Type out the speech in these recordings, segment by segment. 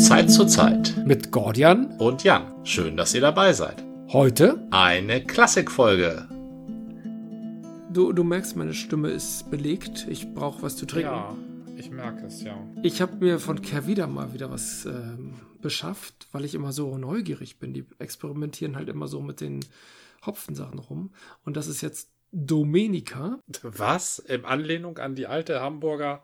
Zeit zu Zeit mit Gordian und Jan. Schön, dass ihr dabei seid. Heute Eine Klassikfolge. Du merkst, meine Stimme ist belegt. Ich brauche was zu trinken. Ja, ich merke es, ja. Ich habe mir von Kehrwieder mal wieder was beschafft, weil ich immer so neugierig bin. Die experimentieren halt immer so mit den Hopfensachen rum. Und das ist jetzt Domenica. Was? In Anlehnung an die alte Hamburger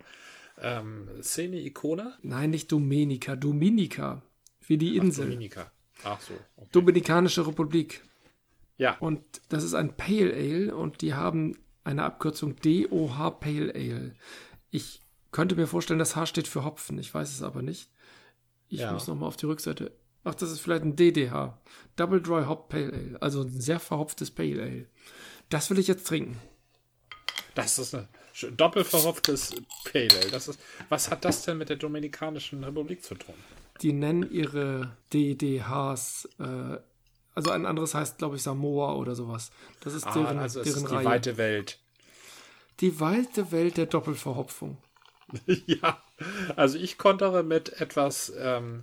Szene-Ikone? Nein, nicht Domenica, Dominica. Wie die Insel. Dominica. Ach so. Okay. Dominikanische Republik. Ja. Und das ist ein Pale Ale und die haben eine Abkürzung DOH Pale Ale. Ich könnte mir vorstellen, das H steht für Hopfen. Ich weiß es aber nicht. Ich muss nochmal auf die Rückseite. Ach, das ist vielleicht ein DDH. Double Dry Hop Pale Ale. Also ein sehr verhopftes Pale Ale. Das will ich jetzt trinken. Das ist ein doppelt verhopftes Pale Ale. Was hat das denn mit der Dominikanischen Republik zu tun? Die nennen ihre DDHs, also ein anderes heißt, glaube ich, Samoa oder sowas. Das ist deren, also es deren ist Reihe. die weite Welt. Die weite Welt der Doppelverhopfung. Ja, also ich kontere mit etwas...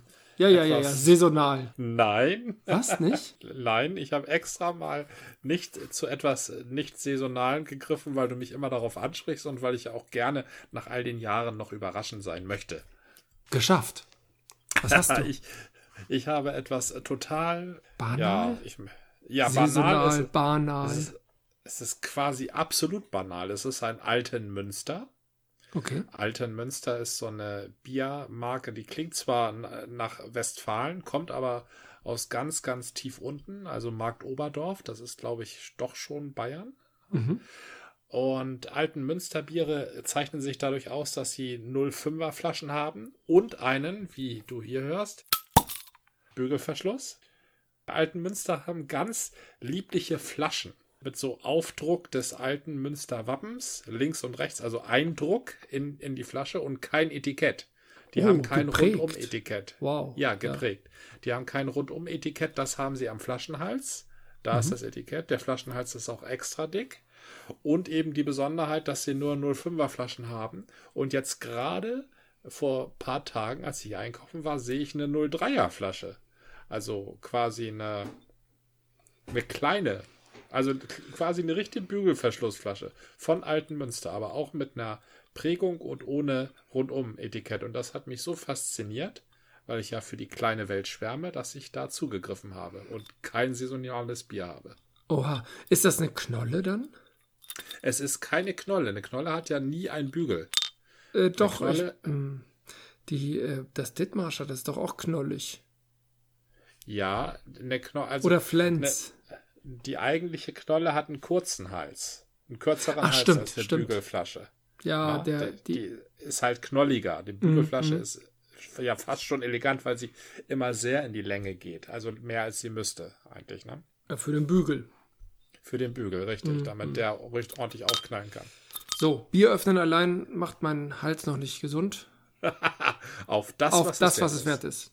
Ja, saisonal. Nein. Was, nicht? Nein, ich habe extra mal nicht zu etwas nicht Saisonalen gegriffen, weil du mich immer darauf ansprichst und weil ich ja auch gerne nach all den Jahren noch überraschend sein möchte. Geschafft. Was hast du? Ich habe etwas total... Banal? Banal. Banal. Es ist quasi absolut banal. Es ist ein Altenmünster. Okay. Altenmünster ist so eine Biermarke, die klingt zwar nach Westfalen, kommt aber aus ganz, ganz tief unten, also Markt Oberdorf. Das ist, glaube ich, doch schon Bayern. Mhm. Und Altenmünsterbiere zeichnen sich dadurch aus, dass sie 0,5er Flaschen haben und einen, wie du hier hörst, Bügelverschluss. Altenmünster haben ganz liebliche Flaschen mit so Aufdruck des alten Münster-Wappens, links und rechts, also Eindruck in die Flasche und kein Etikett. Die haben kein Rundum-Etikett. Wow. Ja, geprägt. Ja. Die haben kein Rundum-Etikett, das haben sie am Flaschenhals. Da ist das Etikett. Der Flaschenhals ist auch extra dick. Und eben die Besonderheit, dass sie nur 0,5er Flaschen haben. Und jetzt gerade vor ein paar Tagen, als ich einkaufen war, sehe ich eine 0,3er Flasche. Also quasi eine kleine, also quasi eine richtige Bügelverschlussflasche von Altenmünster, aber auch mit einer Prägung und ohne Rundum-Etikett. Und das hat mich so fasziniert, weil ich ja für die kleine Welt schwärme, dass ich da zugegriffen habe und kein saisonales Bier habe. Oha, ist das eine Knolle dann? Es ist keine Knolle. Eine Knolle hat ja nie einen Bügel. Doch, Knolle, das Dithmarscher, das ist doch auch knollig. Ja, eine Knolle. Also oder Flens. Die eigentliche Knolle hat einen kurzen Hals. Einen kürzeren Hals als die Bügelflasche. Ja, die ist halt knolliger. Die Bügelflasche ist ja fast schon elegant, weil sie immer sehr in die Länge geht. Also mehr als sie müsste eigentlich, ne? Ja, für den Bügel. Für den Bügel, richtig. Damit der ordentlich aufknallen kann. So, Bier öffnen allein macht meinen Hals noch nicht gesund. Auf das, was es wert ist.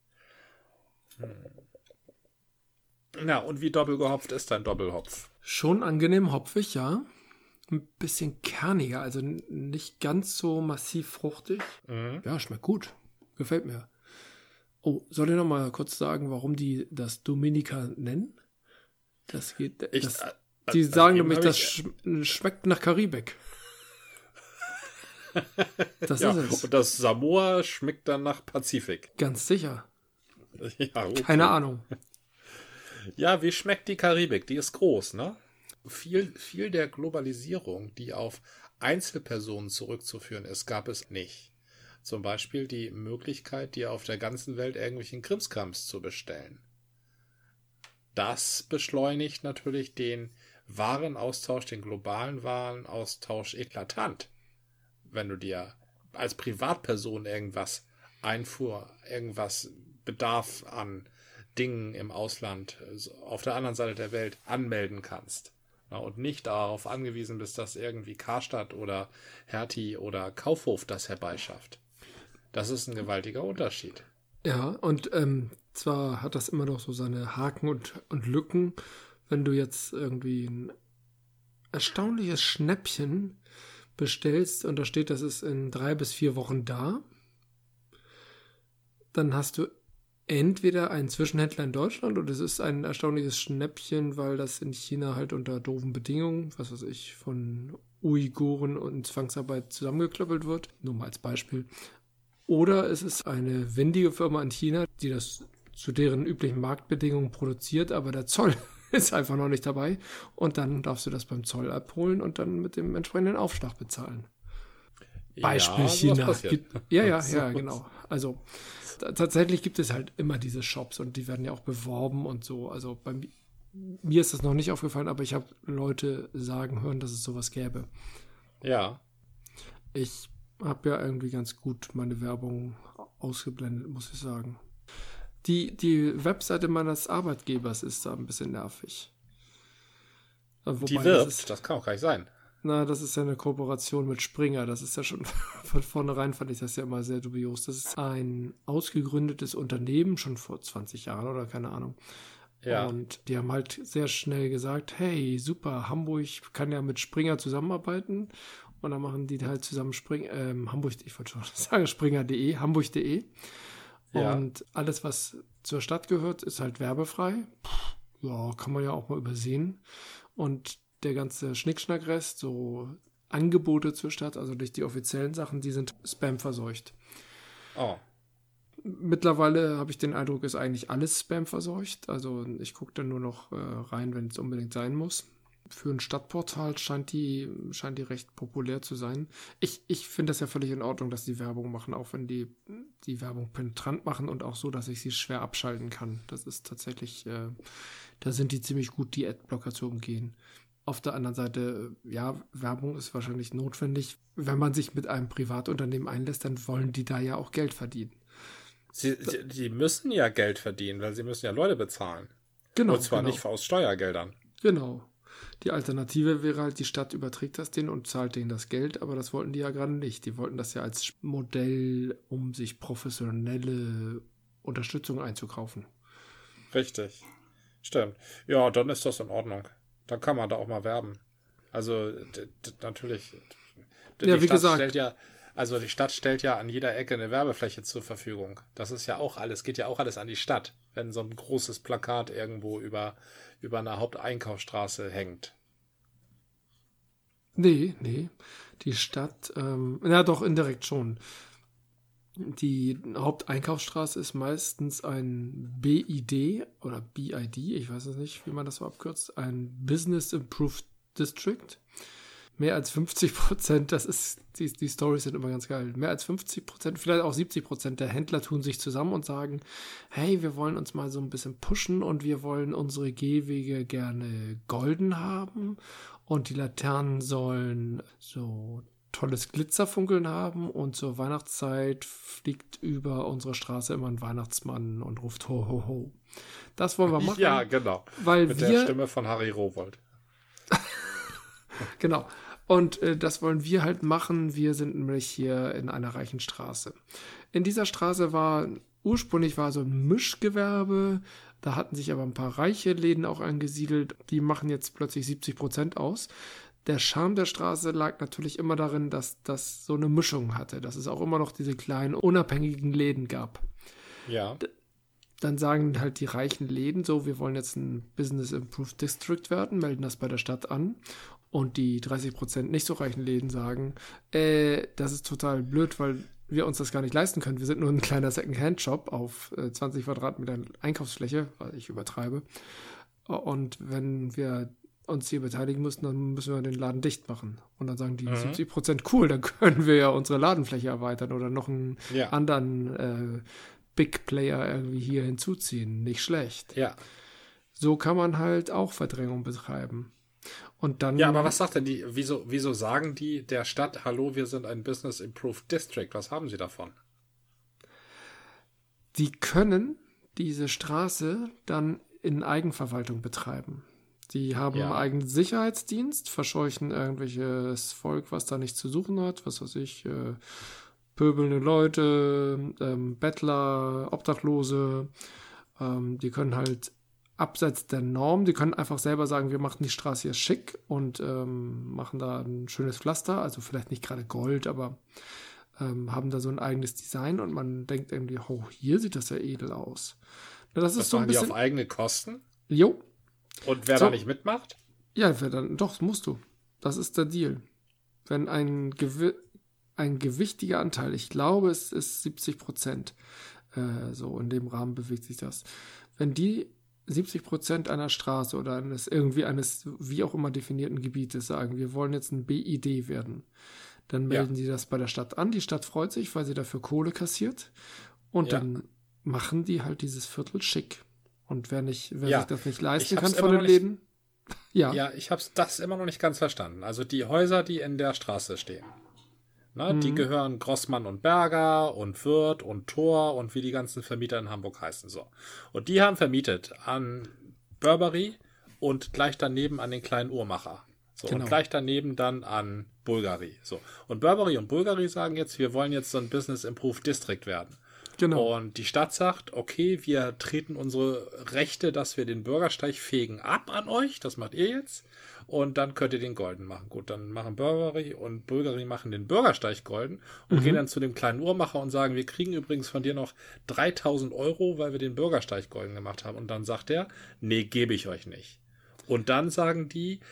Na, und wie doppelgehopft ist dein Doppelhopf? Schon angenehm hopfig, ja. Ein bisschen kerniger, also nicht ganz so massiv fruchtig. Mhm. Ja, schmeckt gut. Gefällt mir. Oh, soll ich noch mal kurz sagen, warum die das Dominica nennen? Das geht. Die sagen nämlich, das schmeckt nach Karibik. Das ist es. Und das Samoa schmeckt dann nach Pazifik. Ganz sicher. Ja, okay. Keine Ahnung. Ja, wie schmeckt die Karibik? Die ist groß, ne? Viel der Globalisierung, die auf Einzelpersonen zurückzuführen ist, gab es nicht. Zum Beispiel die Möglichkeit, dir auf der ganzen Welt irgendwelchen Krimskrams zu bestellen. Das beschleunigt natürlich den Warenaustausch, den globalen Warenaustausch eklatant. Wenn du dir als Privatperson irgendwas Bedarf an Dingen im Ausland auf der anderen Seite der Welt anmelden kannst. Und nicht darauf angewiesen bist, dass irgendwie Karstadt oder Hertie oder Kaufhof das herbeischafft. Das ist ein gewaltiger Unterschied. Ja, und zwar hat das immer noch so seine Haken und Lücken, wenn du jetzt irgendwie ein erstaunliches Schnäppchen bestellst und da steht, das ist in 3 bis 4 Wochen da. dann hast du entweder einen Zwischenhändler in Deutschland oder es ist ein erstaunliches Schnäppchen, weil das in China halt unter doofen Bedingungen, was weiß ich, von Uiguren und Zwangsarbeit zusammengeklöppelt wird. Nur mal als Beispiel. Oder es ist eine windige Firma in China, die das zu deren üblichen Marktbedingungen produziert, aber der Zoll ist einfach noch nicht dabei. Und dann darfst du das beim Zoll abholen und dann mit dem entsprechenden Aufschlag bezahlen. Beispiel China. Ja, genau. Also tatsächlich gibt es halt immer diese Shops und die werden ja auch beworben und so. Also bei mir ist das noch nicht aufgefallen, aber ich habe Leute sagen hören, dass es sowas gäbe. Ja. Ich habe ja irgendwie ganz gut meine Werbung ausgeblendet, muss ich sagen. Die Webseite meines Arbeitgebers ist da ein bisschen nervig. Wobei die wirbt, das kann auch gar nicht sein. Na, das ist ja eine Kooperation mit Springer. Das ist ja schon von vornherein, fand ich das ja immer sehr dubios. Das ist ein ausgegründetes Unternehmen, schon vor 20 Jahren oder keine Ahnung. Ja. Und die haben halt sehr schnell gesagt, hey, super, Hamburg kann ja mit Springer zusammenarbeiten. Und dann machen die halt zusammen Hamburg, ich wollte schon sagen Springer.de, Hamburg.de. Ja. Und alles, was zur Stadt gehört, ist halt werbefrei. Ja, kann man ja auch mal übersehen. Und der ganze Schnickschnackrest, so Angebote zur Stadt, also nicht die offiziellen Sachen, die sind Spam verseucht. Oh. Mittlerweile habe ich den Eindruck, ist eigentlich alles Spam verseucht. Also ich gucke dann nur noch rein, wenn es unbedingt sein muss. Für ein Stadtportal scheint die recht populär zu sein. Ich finde das ja völlig in Ordnung, dass die Werbung machen, auch wenn die Werbung penetrant machen und auch so, dass ich sie schwer abschalten kann. Das ist tatsächlich, da sind die ziemlich gut, die Adblocker zu umgehen. Auf der anderen Seite, ja, Werbung ist wahrscheinlich notwendig. Wenn man sich mit einem Privatunternehmen einlässt, dann wollen die da ja auch Geld verdienen. Die müssen ja Geld verdienen, weil sie müssen ja Leute bezahlen. Genau. Und zwar nicht aus Steuergeldern. Genau. Die Alternative wäre halt, die Stadt überträgt das denen und zahlt denen das Geld, aber das wollten die ja gerade nicht. Die wollten das ja als Modell, um sich professionelle Unterstützung einzukaufen. Richtig. Stimmt. Ja, dann ist das in Ordnung. Dann kann man da auch mal werben. Also natürlich. Ja, wie gesagt. Die Stadt stellt ja an jeder Ecke eine Werbefläche zur Verfügung. Das ist ja auch alles, geht ja auch alles an die Stadt, wenn so ein großes Plakat irgendwo über einer Haupteinkaufsstraße hängt. Nee. Die Stadt, ja doch, indirekt schon. Die Haupteinkaufsstraße ist meistens ein BID oder BID, ich weiß es nicht, wie man das so abkürzt, ein Business Improved District. Mehr als 50%, das ist, die Storys sind immer ganz geil, mehr als 50%, vielleicht auch 70% der Händler tun sich zusammen und sagen, hey, wir wollen uns mal so ein bisschen pushen und wir wollen unsere Gehwege gerne golden haben und die Laternen sollen so tolles Glitzerfunkeln haben und zur Weihnachtszeit fliegt über unsere Straße immer ein Weihnachtsmann und ruft ho, ho, ho. Das wollen wir machen. Ja, genau. Mit der Stimme von Harry Rowohlt. Genau. Und das wollen wir halt machen. Wir sind nämlich hier in einer reichen Straße. In dieser Straße ursprünglich war so ein Mischgewerbe. Da hatten sich aber ein paar reiche Läden auch angesiedelt. Die machen jetzt plötzlich 70% aus. Der Charme der Straße lag natürlich immer darin, dass das so eine Mischung hatte. Dass es auch immer noch diese kleinen, unabhängigen Läden gab. Ja. Dann sagen halt die reichen Läden so, wir wollen jetzt ein Business Improved District werden, melden das bei der Stadt an. Und die 30% nicht so reichen Läden sagen, das ist total blöd, weil wir uns das gar nicht leisten können. Wir sind nur ein kleiner Second-Hand-Shop auf 20 Quadratmetern Einkaufsfläche, weil ich übertreibe. Und wenn wir uns hier beteiligen müssen, dann müssen wir den Laden dicht machen. Und dann sagen die 70% cool, dann können wir ja unsere Ladenfläche erweitern oder noch einen anderen Big Player irgendwie hier hinzuziehen. Nicht schlecht. Ja. So kann man halt auch Verdrängung betreiben. Und dann, ja, aber was sagt denn die, wieso sagen die der Stadt, hallo, wir sind ein Business Improved District, was haben sie davon? Die können diese Straße dann in Eigenverwaltung betreiben. Die haben einen eigenen Sicherheitsdienst, verscheuchen irgendwelches Volk, was da nichts zu suchen hat, was weiß ich, pöbelnde Leute, Bettler, Obdachlose, die können halt abseits der Norm, die können einfach selber sagen, wir machen die Straße hier schick und machen da ein schönes Pflaster, also vielleicht nicht gerade Gold, aber haben da so ein eigenes Design und man denkt irgendwie, oh, hier sieht das ja edel aus. Das ist so ein machen die bisschen auf eigene Kosten? Jo. Und wer da nicht mitmacht? Ja, doch, musst du. Das ist der Deal. Wenn ein gewichtiger Anteil, ich glaube, es ist 70%, so in dem Rahmen bewegt sich das. Wenn die 70% einer Straße oder eines wie auch immer definierten Gebietes sagen, wir wollen jetzt ein BID werden, dann melden die das bei der Stadt an. Die Stadt freut sich, weil sie dafür Kohle kassiert. Und dann machen die halt dieses Viertel schick. Und wer sich das nicht leisten kann von den Läden. Ja, ich habe das immer noch nicht ganz verstanden. Also die Häuser, die in der Straße stehen, die gehören Grossmann und Berger und Wirth und Thor und wie die ganzen Vermieter in Hamburg heißen. So. Und die haben vermietet an Burberry und gleich daneben an den kleinen Uhrmacher. So, genau. Und gleich daneben dann an Bulgari. So. Und Burberry und Bulgari sagen jetzt, wir wollen jetzt so ein Business Improved District werden. Genau. Und die Stadt sagt, okay, wir treten unsere Rechte, dass wir den Bürgersteig fegen, ab an euch. Das macht ihr jetzt. Und dann könnt ihr den golden machen. Gut, dann machen Burberry und Bulgari machen den Bürgersteig golden und gehen dann zu dem kleinen Uhrmacher und sagen, wir kriegen übrigens von dir noch 3.000 €, weil wir den Bürgersteig golden gemacht haben. Und dann sagt er, nee, gebe ich euch nicht. Und dann sagen die,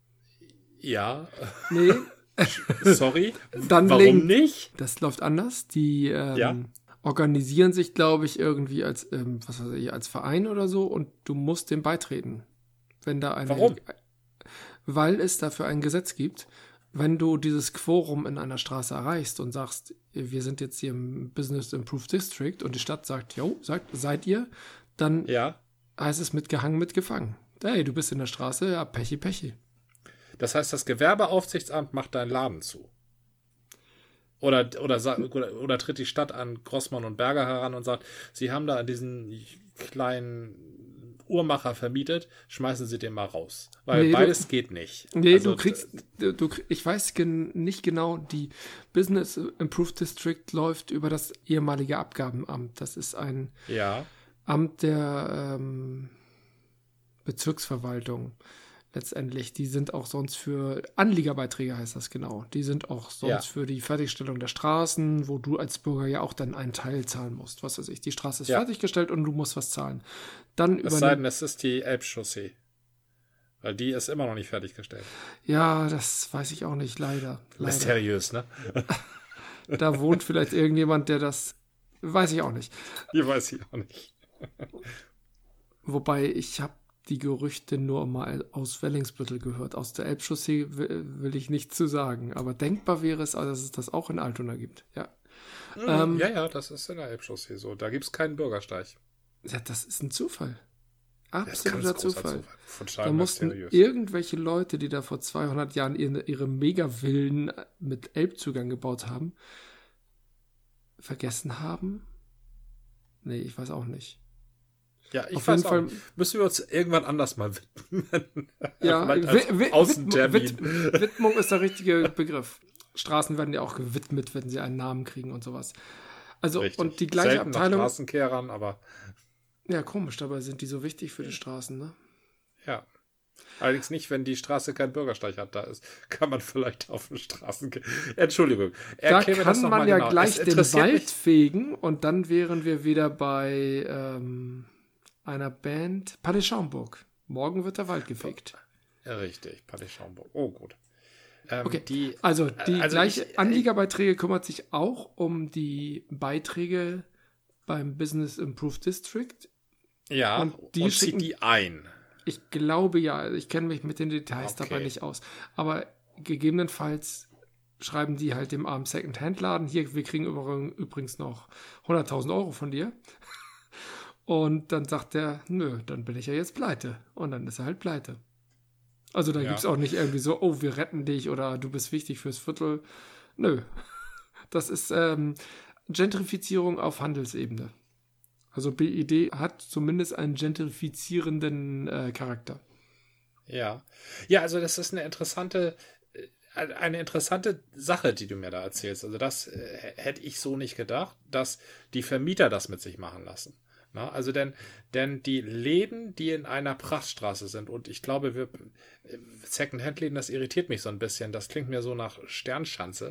ja, nee. Sorry, warum nicht? Das läuft anders. Die organisieren sich, glaube ich, irgendwie als Verein oder so und du musst dem beitreten. Warum? Weil es dafür ein Gesetz gibt. Wenn du dieses Quorum in einer Straße erreichst und sagst, wir sind jetzt hier im Business Improved District und die Stadt sagt, seid ihr, dann heißt es mitgehangen, mitgefangen. Hey, du bist in der Straße, ja, Pechi, Pechi. Das heißt, das Gewerbeaufsichtsamt macht deinen Laden zu. Oder tritt die Stadt an Grossmann und Berger heran und sagt, sie haben da an diesen kleinen Uhrmacher vermietet, schmeißen sie den mal raus. Weil beides geht nicht. Nee, also, ich weiß nicht genau, die Business Improved District läuft über das ehemalige Abgabenamt. Das ist ein Amt der Bezirksverwaltung. Letztendlich, die sind auch sonst für Anliegerbeiträge, heißt das genau. Die sind auch sonst für die Fertigstellung der Straßen, wo du als Bürger ja auch dann einen Teil zahlen musst. Was weiß ich, die Straße ist fertiggestellt und du musst was zahlen. Es sei denn, es ist die Elbchaussee. Weil die ist immer noch nicht fertiggestellt. Ja, das weiß ich auch nicht, leider. Mysteriös, ne? Da wohnt vielleicht irgendjemand, der das... Weiß ich auch nicht. Die weiß ich auch nicht. Wobei, ich habe die Gerüchte nur mal aus Wellingsbüttel gehört. Aus der Elbchaussee will ich nichts zu sagen. Aber denkbar wäre es, dass es das auch in Altona gibt. Ja, das ist in der Elbchaussee so. Da gibt es keinen Bürgersteig. Ja, das ist ein Zufall. Absoluter Zufall. Da mussten irgendwelche Leute, die da vor 200 Jahren ihre Megavillen mit Elbzugang gebaut haben, vergessen haben? Nee, ich weiß auch nicht. Ja, ich weiß auch. Müssen wir uns irgendwann anders mal widmen. Ja, Außentermin. Widmung ist der richtige Begriff. Straßen werden ja auch gewidmet, wenn sie einen Namen kriegen und sowas. Also, richtig. Und die gleiche Selten Abteilung. Nach Straßenkehrern, aber. Ja, komisch, dabei sind die so wichtig für die Straßen, ne? Ja. Allerdings nicht, wenn die Straße keinen Bürgersteig hat. Da kann man vielleicht auf den Straßen. Entschuldigung. Da kann man ja genau. Gleich den Wald fegen und dann wären wir wieder bei einer Band, Palais Schaumburg. Morgen wird der Wald gefegt. Ja, richtig, Palais Schaumburg. Oh, gut. Okay, die gleiche Anliegerbeiträge kümmert sich auch um die Beiträge beim Business Improved District. Ja, und zieht die ein. Ich glaube ja, ich kenne mich mit den Details dabei nicht aus. Aber gegebenenfalls schreiben die halt dem armen Second-Hand-Laden, hier, wir kriegen übrigens noch 100.000 € von dir. Und dann sagt der, nö, dann bin ich ja jetzt pleite. Und dann ist er halt pleite. Also da gibt es auch nicht irgendwie so, oh, wir retten dich oder du bist wichtig fürs Viertel. Nö. Das ist Gentrifizierung auf Handelsebene. Also BID hat zumindest einen gentrifizierenden Charakter. Ja. Ja, also das ist eine interessante Sache, die du mir da erzählst. Also das hätte ich so nicht gedacht, dass die Vermieter das mit sich machen lassen. Na, also denn die Läden, die in einer Prachtstraße sind, und ich glaube, Second-Hand-Läden, das irritiert mich so ein bisschen, das klingt mir so nach Sternschanze.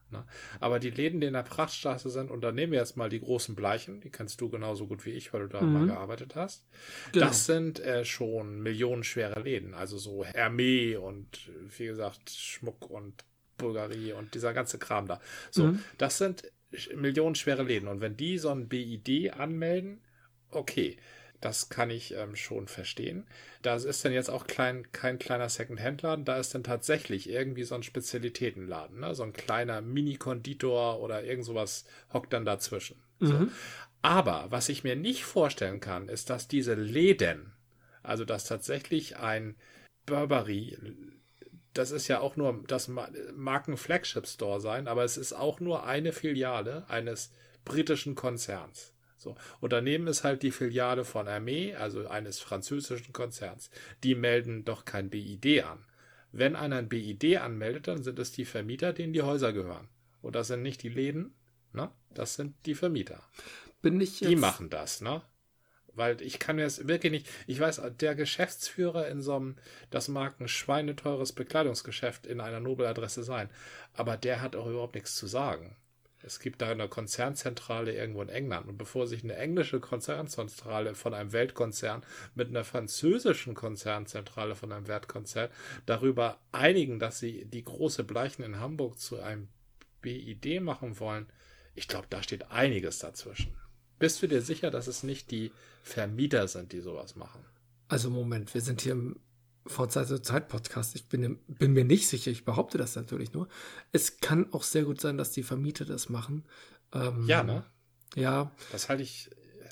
Ne? Aber die Läden, die in der Prachtstraße sind, und da nehmen wir jetzt mal die großen Bleichen, die kennst du genauso gut wie ich, weil du da mal gearbeitet hast. Genau. Das sind schon millionenschwere Läden, also so Hermès und wie gesagt Schmuck und Bulgari und dieser ganze Kram da. So, das sind millionenschwere Läden, und wenn die so ein BID anmelden, okay, das kann ich schon verstehen. Das ist dann jetzt auch kein kleiner Second-Hand-Laden, da ist dann tatsächlich irgendwie so ein Spezialitätenladen, ne? So ein kleiner Mini-Konditor oder irgend sowas hockt dann dazwischen. So. Aber was ich mir nicht vorstellen kann, ist, dass diese Läden, also dass tatsächlich ein Burberry, das ist ja auch nur, das mag ein Flagship-Store sein, aber es ist auch nur eine Filiale eines britischen Konzerns. So. Und daneben ist halt die Filiale von Hermès, also eines französischen Konzerns. Die melden doch kein BID an. Wenn einer ein BID anmeldet, dann sind es die Vermieter, denen die Häuser gehören. Und das sind nicht die Läden, ne? Das sind die Vermieter. Die machen das, ne? Weil ich kann mir das wirklich nicht, ich weiß, der Geschäftsführer in so einem, das mag ein schweineteures Bekleidungsgeschäft in einer Nobeladresse sein, aber der hat auch überhaupt nichts zu sagen. Es gibt da eine Konzernzentrale irgendwo in England, und bevor sich eine englische Konzernzentrale von einem Weltkonzern mit einer französischen Konzernzentrale von einem Weltkonzern darüber einigen, dass sie die große Bleichen in Hamburg zu einem BID machen wollen, ich glaube, da steht einiges dazwischen. Bist du dir sicher, dass es nicht die Vermieter sind, die sowas machen? Also Moment, wir sind hier im von Zeit zu Zeit Podcast. Ich bin mir nicht sicher, ich behaupte das natürlich nur. Es kann auch sehr gut sein, dass die Vermieter das machen. Ja, ne? Ja. Das halte ich.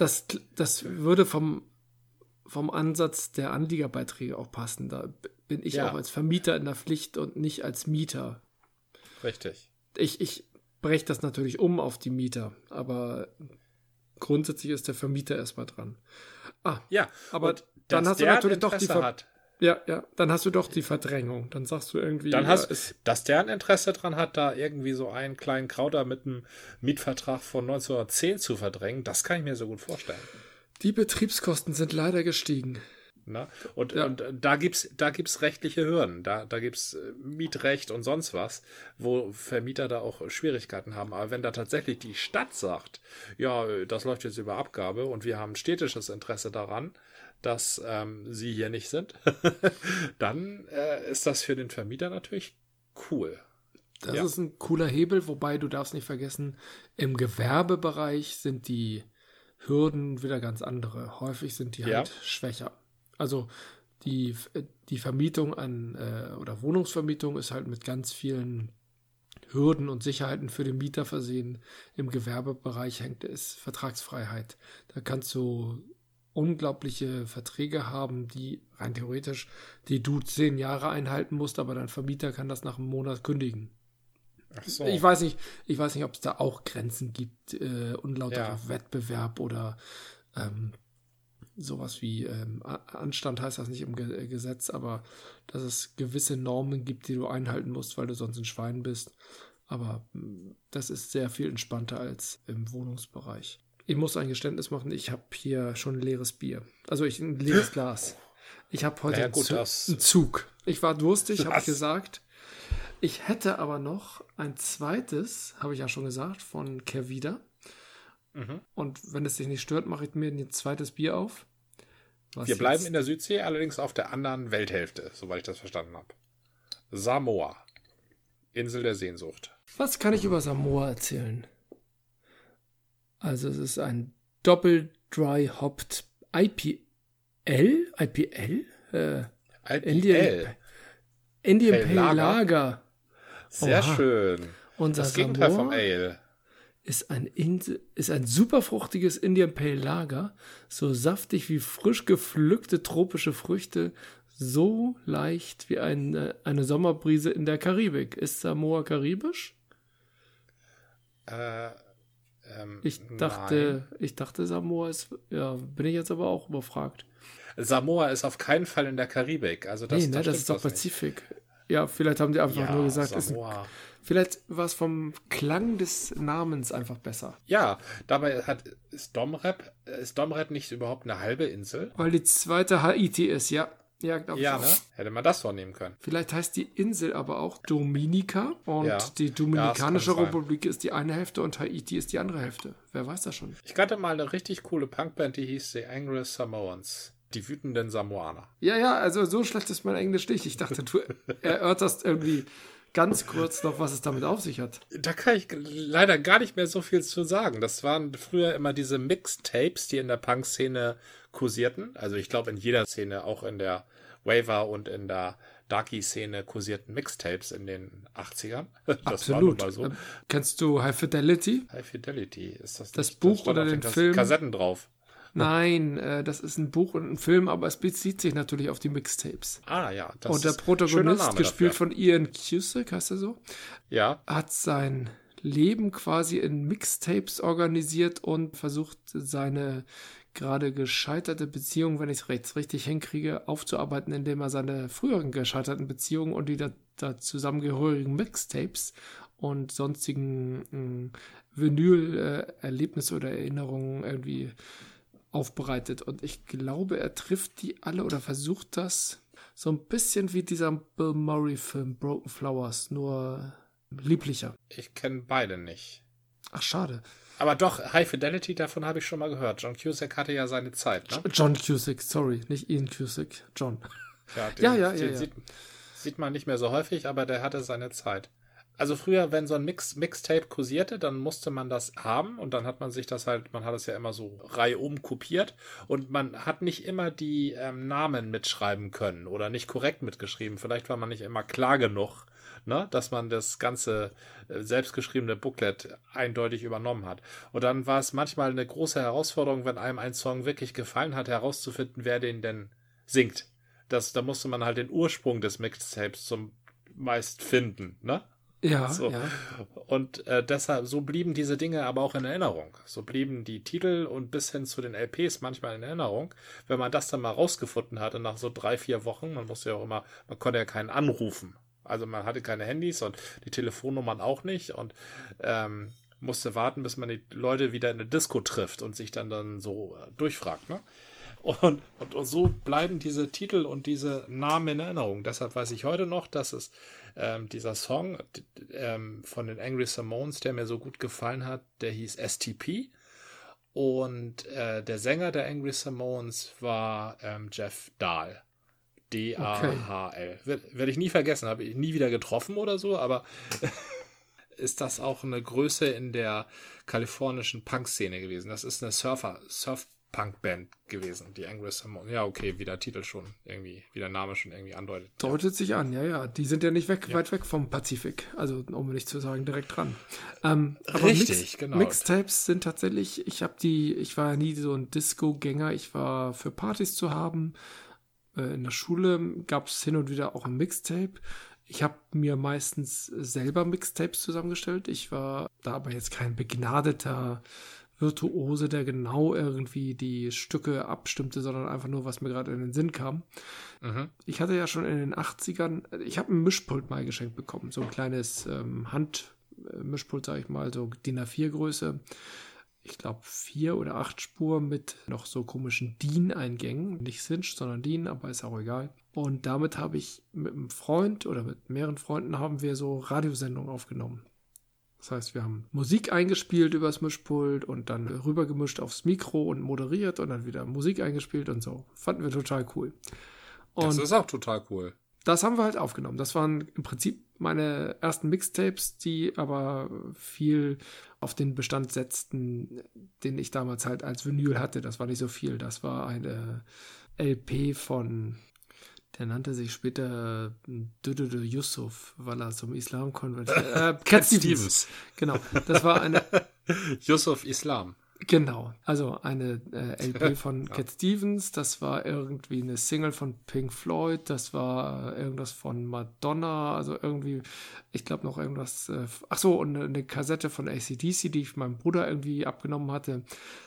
Das würde vom Ansatz der Anliegerbeiträge auch passen. Da bin ich auch als Vermieter in der Pflicht und nicht als Mieter. Richtig. Ich breche das natürlich um auf die Mieter, aber grundsätzlich ist der Vermieter erstmal dran. Ja, aber dann hast du natürlich doch die dann hast du doch die Verdrängung. Dann sagst du irgendwie, dass der ein Interesse dran hat, da irgendwie so einen kleinen Krauter mit einem Mietvertrag von 1910 zu verdrängen, das kann ich mir so gut vorstellen. Die Betriebskosten sind leider gestiegen. Na? Und da gibt's rechtliche Hürden, da gibt's Mietrecht und sonst was, wo Vermieter da auch Schwierigkeiten haben. Aber wenn da tatsächlich die Stadt sagt, ja, das läuft jetzt über Abgabe und wir haben städtisches Interesse daran, dass sie hier nicht sind, dann ist das für den Vermieter natürlich cool. Das ist ein cooler Hebel, wobei du darfst nicht vergessen, im Gewerbebereich sind die Hürden wieder ganz andere. Häufig sind die halt schwächer. Also die Vermietung oder Wohnungsvermietung ist halt mit ganz vielen Hürden und Sicherheiten für den Mieter versehen. Im Gewerbebereich ist Vertragsfreiheit. Da kannst du unglaubliche Verträge haben, die rein theoretisch, die du 10 Jahre einhalten musst, aber dein Vermieter kann das nach einem Monat kündigen. Ach so. Ich weiß nicht, ob es da auch Grenzen gibt, unlauterer Wettbewerb oder sowas wie Anstand heißt das nicht im Gesetz, aber dass es gewisse Normen gibt, die du einhalten musst, weil du sonst ein Schwein bist. Aber das ist sehr viel entspannter als im Wohnungsbereich. Ich muss ein Geständnis machen, ich habe hier schon ein leeres Bier. Also ein leeres Glas. Ich habe heute einen Zug. Ich war durstig, habe ich gesagt. Ich hätte aber noch ein zweites, habe ich ja schon gesagt, von Kervida. Und wenn es dich nicht stört, mache ich mir ein zweites Bier auf. Wir bleiben in der Südsee, allerdings auf der anderen Welthälfte, soweit ich das verstanden habe. Samoa. Insel der Sehnsucht. Was kann ich über Samoa erzählen? Also es ist ein Double-Dry-Hopped IPL? Indian Pale Lager. Sehr schön. Unser das Gegenteil Samoa vom Ale. Ist ein super fruchtiges Indian Pale Lager, so saftig wie frisch gepflückte tropische Früchte, so leicht wie eine Sommerbrise in der Karibik. Ist Samoa karibisch? Ich dachte, Samoa ist, bin ich jetzt aber auch überfragt. Samoa ist auf keinen Fall in der Karibik. Also das ist doch Pazifik. Nicht. Ja, vielleicht haben die einfach nur gesagt, vielleicht war es vom Klang des Namens einfach besser. Ja, dabei ist Domrep nicht überhaupt eine halbe Insel? Weil die zweite Haiti ist, ja. Ja, glaube ich Ja, auch. ne? Hätte man das vornehmen können. Vielleicht heißt die Insel aber auch Dominica und Ja. die Dominikanische Ja, das kann sein. Republik ist die eine Hälfte und Haiti ist die andere Hälfte. Wer weiß das schon? Ich kannte mal eine richtig coole Punkband, die hieß The Angry Samoans. Die wütenden Samoaner. Ja, also so schlecht ist mein Englisch nicht. Ich dachte, du erörterst irgendwie ganz kurz noch, was es damit auf sich hat. Da kann ich leider gar nicht mehr so viel zu sagen. Das waren früher immer diese Mixtapes, die in der Punk-Szene kursierten. Also ich glaube in jeder Szene, auch in der Waver und in der Darky-Szene kursierten Mixtapes in den 80ern. Das Absolut. war nun mal so. Kennst du High Fidelity? High Fidelity, ist das Das nicht? Buch Da stand oder auf den Film? Kassetten drauf. Nein, das ist ein Buch und ein Film, aber es bezieht sich natürlich auf die Mixtapes. Ah ja, das Und der ist ein schöner Protagonist, Name gespielt dafür. von Ian Cusick, heißt er so, Ja, hat sein Leben quasi in Mixtapes organisiert und versucht, seine gerade gescheiterte Beziehung, wenn ich es richtig hinkriege, aufzuarbeiten, indem er seine früheren gescheiterten Beziehungen und die da zusammengehörigen Mixtapes und sonstigen Vinyl-Erlebnisse oder Erinnerungen irgendwie aufbereitet. Und ich glaube, er trifft die alle oder versucht das so ein bisschen wie dieser Bill Murray-Film Broken Flowers, nur lieblicher. ich kenne beide nicht. Ach, schade. Aber doch, High Fidelity, davon habe ich schon mal gehört. John Cusack hatte ja seine Zeit, ne? John Cusack, sorry, nicht Ian Cusack, John. Ja, Ja. Sieht man nicht mehr so häufig, aber der hatte seine Zeit. Also früher, wenn so ein Mixtape kursierte, dann musste man das haben und dann hat man sich das halt, man hat es ja immer so reihum kopiert und man hat nicht immer die Namen mitschreiben können oder nicht korrekt mitgeschrieben. Vielleicht war man nicht immer klar genug, ne, dass man das ganze selbstgeschriebene Booklet eindeutig übernommen hat. Und dann war es manchmal eine große Herausforderung, wenn einem ein Song wirklich gefallen hat, herauszufinden, wer den denn singt. Da musste man halt den Ursprung des Mixtapes zum meist finden, ne? Ja, So. ja. Und deshalb, so blieben diese Dinge aber auch in Erinnerung. So blieben die Titel und bis hin zu den LPs manchmal in Erinnerung. Wenn man das dann mal rausgefunden hatte nach so 3-4 Wochen, man konnte ja keinen anrufen. Also man hatte keine Handys und die Telefonnummern auch nicht und musste warten, bis man die Leute wieder in eine Disco trifft und sich dann so durchfragt, ne? Und so bleiben diese Titel und diese Namen in Erinnerung. Deshalb weiß ich heute noch, dass es dieser Song von den Angry Samoans, der mir so gut gefallen hat, der hieß STP. Und der Sänger der Angry Samoans war Jeff Dahl. D-A-H-L. Werde ich nie vergessen, habe ich nie wieder getroffen oder so, aber ist das auch eine Größe in der kalifornischen Punk-Szene gewesen. Das ist eine Surf-Punk-Band gewesen, die Angry Samoans. Ja, okay, wie der Titel schon irgendwie, wie der Name schon irgendwie andeutet. Deutet sich an, ja. Die sind ja nicht weit weg vom Pazifik. Also, um nicht zu sagen, direkt dran. Aber Richtig, genau. Mixtapes sind tatsächlich, ich war ja nie so ein Disco-Gänger. Ich war für Partys zu haben. In der Schule gab es hin und wieder auch ein Mixtape. Ich habe mir meistens selber Mixtapes zusammengestellt. Ich war da aber jetzt kein begnadeter Virtuose, der genau irgendwie die Stücke abstimmte, sondern einfach nur, was mir gerade in den Sinn kam. Mhm. Ich hatte ja schon in den 80ern, ich habe ein Mischpult mal geschenkt bekommen, so ein kleines Handmischpult, sage ich mal, so DIN A4 Größe. Ich glaube 4 oder 8 Spur mit noch so komischen DIN-Eingängen. Nicht Cinch, sondern DIN, aber ist auch egal. Und damit habe ich mit einem Freund oder mit mehreren Freunden haben wir so Radiosendungen aufgenommen. Das heißt, wir haben Musik eingespielt übers Mischpult und dann rübergemischt aufs Mikro und moderiert und dann wieder Musik eingespielt und so. Fanden wir total cool. Und Das ist auch total cool. das haben wir halt aufgenommen. Das waren im Prinzip meine ersten Mixtapes, die aber viel auf den Bestand setzten, den ich damals halt als Vinyl hatte. Das war nicht so viel. Das war eine LP von, der nannte sich später Dödödö Yusuf, weil er zum Islam konvertiert. Cat Stevens. Genau. Das war eine Yusuf Islam. Genau, also eine LP von Cat Stevens, das war irgendwie eine Single von Pink Floyd, das war irgendwas von Madonna, also irgendwie, ich glaube noch irgendwas, und eine Kassette von AC/DC, die ich meinem Bruder irgendwie abgenommen hatte.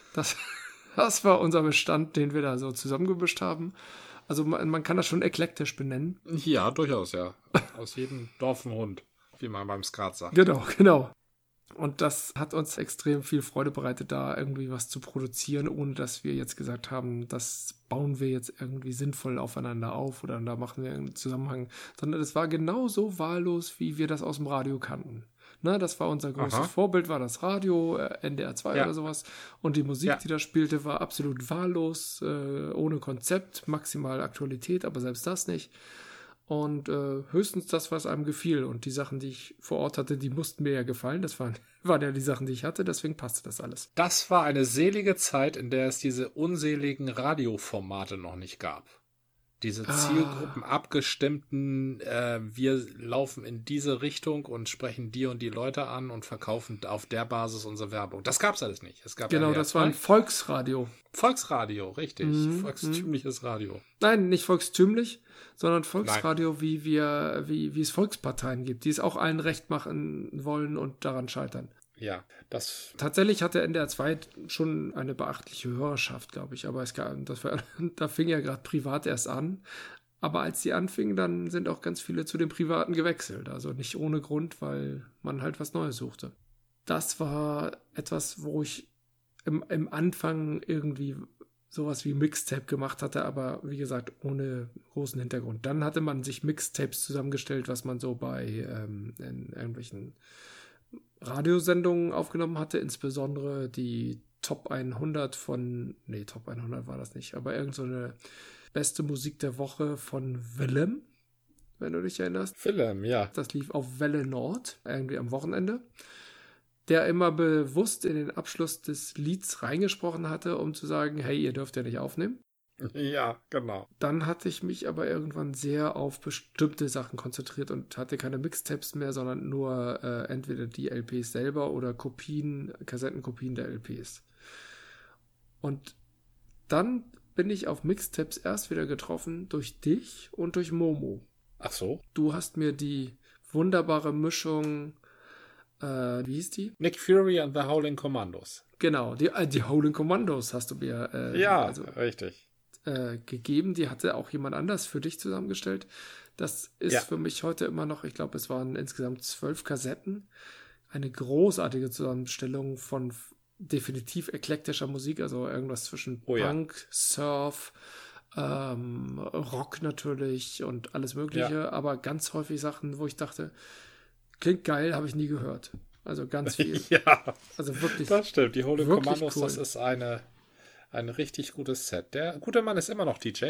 Das war unser Bestand, den wir da so zusammengemischt haben. Also man kann das schon eklektisch benennen. Ja, durchaus, ja. Aus jedem Dorf ein Hund, wie man beim Skat sagt. Genau. Und das hat uns extrem viel Freude bereitet, da irgendwie was zu produzieren, ohne dass wir jetzt gesagt haben, das bauen wir jetzt irgendwie sinnvoll aufeinander auf oder da machen wir einen Zusammenhang, sondern es war genauso wahllos, wie wir das aus dem Radio kannten. Ne, das war unser großes Vorbild, war das Radio, NDR 2 oder sowas. Und die Musik, die da spielte, war absolut wahllos, ohne Konzept, maximal Aktualität, aber selbst das nicht. Und höchstens das, was einem gefiel. Und die Sachen, die ich vor Ort hatte, die mussten mir ja gefallen. Das waren ja die Sachen, die ich hatte, deswegen passte das alles. Das war eine selige Zeit, in der es diese unseligen Radioformate noch nicht gab. Diese Zielgruppen abgestimmten, wir laufen in diese Richtung und sprechen die und die Leute an und verkaufen auf der Basis unsere Werbung. Das gab's alles nicht. Es gab genau, das war ein Volksradio. Volksradio, richtig. Volkstümliches Radio. Nein, nicht volkstümlich, sondern Volksradio, wie es Volksparteien gibt, die es auch allen recht machen wollen und daran scheitern. Ja, das... Tatsächlich hatte NDR 2 schon eine beachtliche Hörerschaft, glaube ich, aber da fing ja gerade privat erst an. Aber als die anfingen, dann sind auch ganz viele zu den Privaten gewechselt. Also nicht ohne Grund, weil man halt was Neues suchte. Das war etwas, wo ich im Anfang irgendwie sowas wie Mixtape gemacht hatte, aber wie gesagt, ohne großen Hintergrund. Dann hatte man sich Mixtapes zusammengestellt, was man so bei in irgendwelchen Radiosendungen aufgenommen hatte, insbesondere die Top 100 Top 100 war das nicht, aber irgend so eine beste Musik der Woche von Willem, wenn du dich erinnerst. Willem, ja. Das lief auf Welle Nord, irgendwie am Wochenende, der immer bewusst in den Abschluss des Lieds reingesprochen hatte, um zu sagen, hey, ihr dürft ja nicht aufnehmen. Ja, genau. Dann hatte ich mich aber irgendwann sehr auf bestimmte Sachen konzentriert und hatte keine Mixtapes mehr, sondern nur entweder die LPs selber oder Kassettenkopien der LPs. Und dann bin ich auf Mixtapes erst wieder getroffen durch dich und durch Momo. Ach so? Du hast mir die wunderbare Mischung, wie hieß die? Nick Fury and the Howling Commandos. Genau, die Howling Commandos hast du mir richtig. Gegeben. Die hatte auch jemand anders für dich zusammengestellt. Das ist für mich heute immer noch, ich glaube, es waren insgesamt 12 Kassetten. Eine großartige Zusammenstellung von definitiv eklektischer Musik, also irgendwas zwischen Punk, Surf, Rock natürlich und alles Mögliche, aber ganz häufig Sachen, wo ich dachte, klingt geil, habe ich nie gehört. Also ganz viel. Ja, also wirklich. Das stimmt. Die Howling Commandos, cool. Das ist ein richtig gutes Set. Der gute Mann ist immer noch DJ.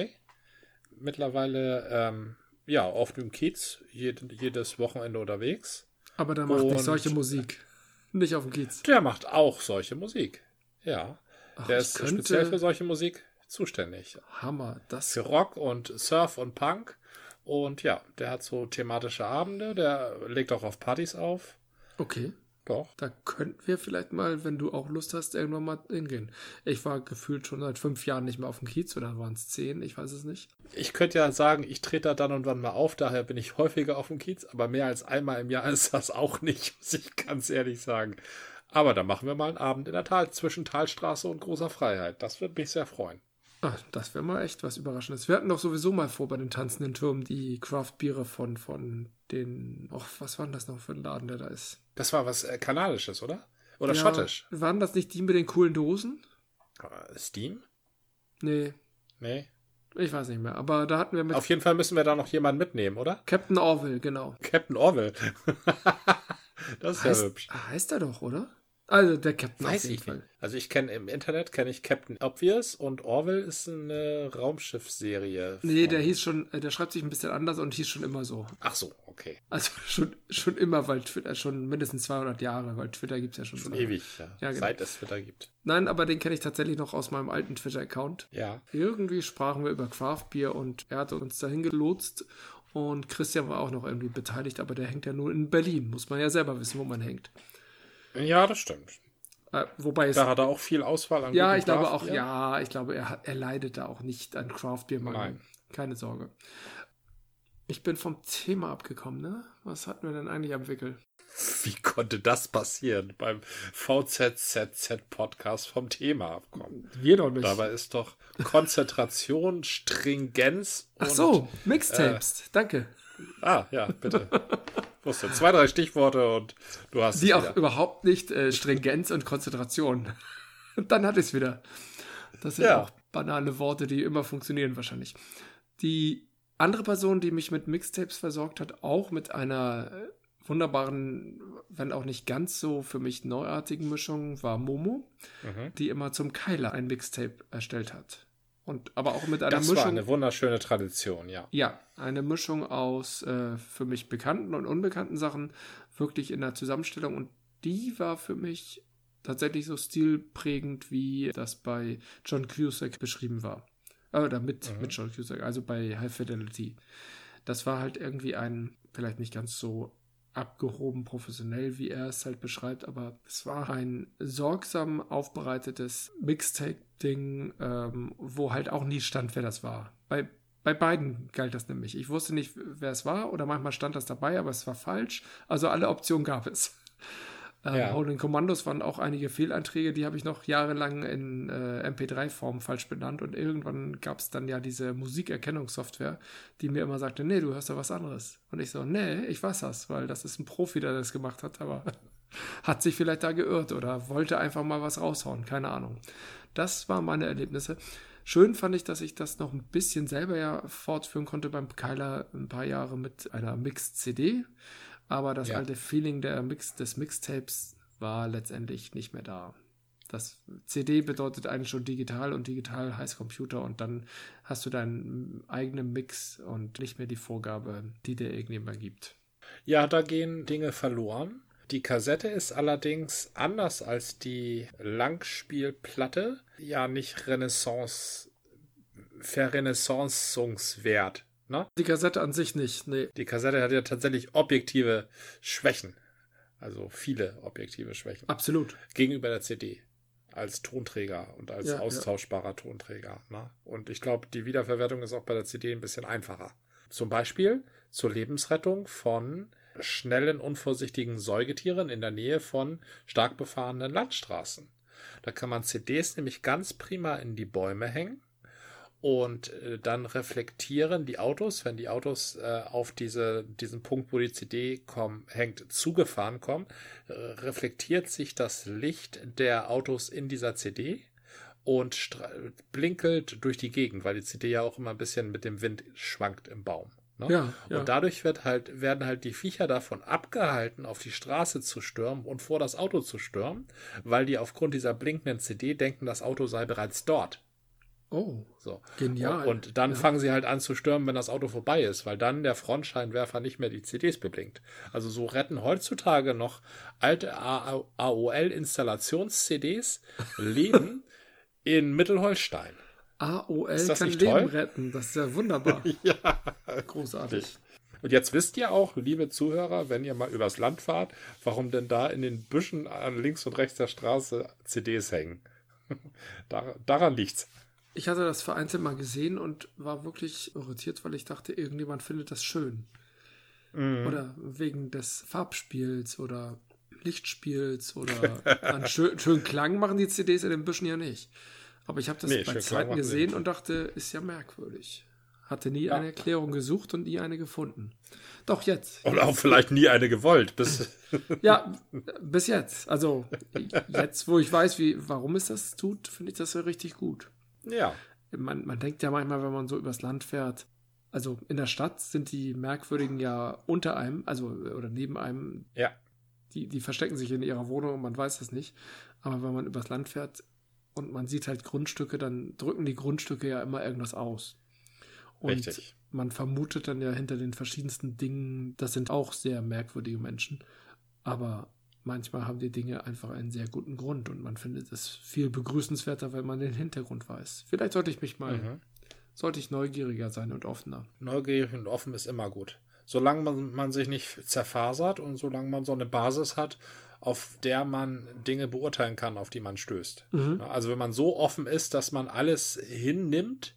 Mittlerweile, auf dem Kiez, jedes Wochenende unterwegs. Aber der macht nicht solche Musik. Nicht auf dem Kiez. Der macht auch solche Musik. Ja. Der ist speziell für solche Musik zuständig. Hammer. Für Rock und Surf und Punk. Und ja, der hat so thematische Abende. Der legt auch auf Partys auf. Okay. Doch. Da könnten wir vielleicht mal, wenn du auch Lust hast, irgendwann mal hingehen. Ich war gefühlt schon seit 5 Jahren nicht mehr auf dem Kiez, oder waren es 10, ich weiß es nicht. Ich könnte ja sagen, ich trete da dann und wann mal auf, daher bin ich häufiger auf dem Kiez, aber mehr als einmal im Jahr ist das auch nicht, muss ich ganz ehrlich sagen. Aber da machen wir mal einen Abend in der zwischen Talstraße und Großer Freiheit. Das würde mich sehr freuen. Ach, das wäre mal echt was Überraschendes. Wir hatten doch sowieso mal vor bei den tanzenden Türmen die Craft-Biere von den, was war denn das noch für ein Laden, der da ist? Das war was Kanadisches, oder? Oder schottisch? Waren das nicht die mit den coolen Dosen? Steam? Nee. Ich weiß nicht mehr, aber da hatten wir Auf jeden Fall müssen wir da noch jemanden mitnehmen, oder? Captain Orville, genau. Captain Orville. Das ist ja hübsch. Heißt er doch, oder? Also der Captain Weiß auf jeden Fall. Also im Internet kenne ich Captain Obvious und Orville ist eine Raumschiffserie. Nee, der hieß schon, der schreibt sich ein bisschen anders und hieß schon immer so. Ach so, okay. Also schon immer, weil Twitter schon mindestens 200 Jahre, weil Twitter gibt es ja schon so lange. Ewig, ja genau. Seit es Twitter gibt. Nein, aber den kenne ich tatsächlich noch aus meinem alten Twitter-Account. Ja. Irgendwie sprachen wir über Craft-Bier und er hat uns dahin gelotst und Christian war auch noch irgendwie beteiligt, aber der hängt ja nur in Berlin. Muss man ja selber wissen, wo man hängt. Ja, das stimmt. Wobei da hat er auch viel Auswahl an ich glaube auch, ich glaube, er leidet da auch nicht an Craft-Bier-Mangel. Nein. Keine Sorge. Ich bin vom Thema abgekommen, ne? Was hatten wir denn eigentlich am Wickel? Wie konnte das passieren? Beim VZZZ-Podcast vom Thema abkommen. Wir doch nicht. Dabei ist doch Konzentration, Stringenz und... Ach so, Mixtapes. Danke. Ja, bitte. Wusste 2, 3 Stichworte und du hast die es auch wieder. überhaupt nicht Stringenz und Konzentration. Und dann hatte ich es wieder. Das sind auch banale Worte, die immer funktionieren wahrscheinlich. Die andere Person, die mich mit Mixtapes versorgt hat, auch mit einer wunderbaren, wenn auch nicht ganz so für mich neuartigen Mischung, war Momo, die immer zum Keiler ein Mixtape erstellt hat. Und aber auch mit einer Das Mischung. war eine wunderschöne Tradition, ja. Ja, eine Mischung aus für mich bekannten und unbekannten Sachen, wirklich in der Zusammenstellung. Und die war für mich tatsächlich so stilprägend, wie das bei John Cusack beschrieben war. Oder mit John Cusack, also bei High Fidelity. Das war halt irgendwie vielleicht nicht ganz so abgehoben professionell, wie er es halt beschreibt, aber es war ein sorgsam aufbereitetes Mixtape-Ding, wo halt auch nie stand, wer das war. Bei beiden galt das nämlich. Ich wusste nicht, wer es war, oder manchmal stand das dabei, aber es war falsch. Also alle Optionen gab es. Holding Commandos waren auch einige Fehleinträge, die habe ich noch jahrelang in MP3-Form falsch benannt, und irgendwann gab es dann ja diese Musikerkennungssoftware, die mir immer sagte, nee, du hörst da was anderes. Und ich so, nee, ich weiß das, weil das ist ein Profi, der das gemacht hat, aber hat sich vielleicht da geirrt oder wollte einfach mal was raushauen, keine Ahnung. Das waren meine Erlebnisse. Schön fand ich, dass ich das noch ein bisschen selber ja fortführen konnte beim Keiler ein paar Jahre mit einer Mix-CD. Aber das alte Feeling des Mixtapes war letztendlich nicht mehr da. Das CD bedeutet eigentlich schon digital, und digital heißt Computer, und dann hast du deinen eigenen Mix und nicht mehr die Vorgabe, die dir irgendjemand gibt. Ja, da gehen Dinge verloren. Die Kassette ist allerdings anders als die Langspielplatte ja nicht verrenaissancungswert. Ne? Die Kassette an sich nicht, nee. Die Kassette hat ja tatsächlich objektive Schwächen. Also viele objektive Schwächen. Absolut. Gegenüber der CD. Als Tonträger und als austauschbarer Tonträger. Ne? Und ich glaube, die Wiederverwertung ist auch bei der CD ein bisschen einfacher. Zum Beispiel zur Lebensrettung von schnellen, unvorsichtigen Säugetieren in der Nähe von stark befahrenen Landstraßen. Da kann man CDs nämlich ganz prima in die Bäume hängen. Und dann reflektieren die Autos, wenn die Autos auf diesen Punkt, wo die CD hängt, zugefahren kommen, reflektiert sich das Licht der Autos in dieser CD und blinkelt durch die Gegend, weil die CD ja auch immer ein bisschen mit dem Wind schwankt im Baum. Ne? Ja. Und dadurch werden halt die Viecher davon abgehalten, auf die Straße zu stürmen und vor das Auto zu stürmen, weil die aufgrund dieser blinkenden CD denken, das Auto sei bereits dort. Oh, so. Genial. Und dann fangen sie halt an zu stürmen, wenn das Auto vorbei ist, weil dann der Frontscheinwerfer nicht mehr die CDs beblinkt. Also so retten heutzutage noch alte AOL-Installations-CDs Leben in Mittelholstein. AOL ist das kann nicht Leben toll? retten, das ist ja wunderbar. Ja, Großartig. Und jetzt wisst ihr auch, liebe Zuhörer, wenn ihr mal übers Land fahrt, warum denn da in den Büschen an links und rechts der Straße CDs hängen. Daran liegt's. Ich hatte das vereinzelt mal gesehen und war wirklich irritiert, weil ich dachte, irgendjemand findet das schön. Oder wegen des Farbspiels oder Lichtspiels oder an schönen Klang machen die CDs in den Büschen ja nicht. Aber ich habe das bei Zeiten gesehen und dachte, ist ja merkwürdig. Hatte nie eine Erklärung gesucht und nie eine gefunden. Doch jetzt. Oder auch vielleicht nie eine gewollt. Ja, bis jetzt. Also jetzt, wo ich weiß, warum es das tut, finde ich das ja richtig gut. Ja. Man denkt ja manchmal, wenn man so übers Land fährt, also in der Stadt sind die Merkwürdigen ja unter einem, also oder neben einem. Ja. Die verstecken sich in ihrer Wohnung und man weiß das nicht. Aber wenn man übers Land fährt und man sieht halt Grundstücke, dann drücken die Grundstücke ja immer irgendwas aus. Und Richtig. Man vermutet dann ja hinter den verschiedensten Dingen, das sind auch sehr merkwürdige Menschen. Aber manchmal haben die Dinge einfach einen sehr guten Grund und man findet es viel begrüßenswerter, wenn man den Hintergrund weiß. Vielleicht sollte ich neugieriger sein und offener. Neugierig und offen ist immer gut. Solange man sich nicht zerfasert und solange man so eine Basis hat, auf der man Dinge beurteilen kann, auf die man stößt. Also wenn man so offen ist, dass man alles hinnimmt,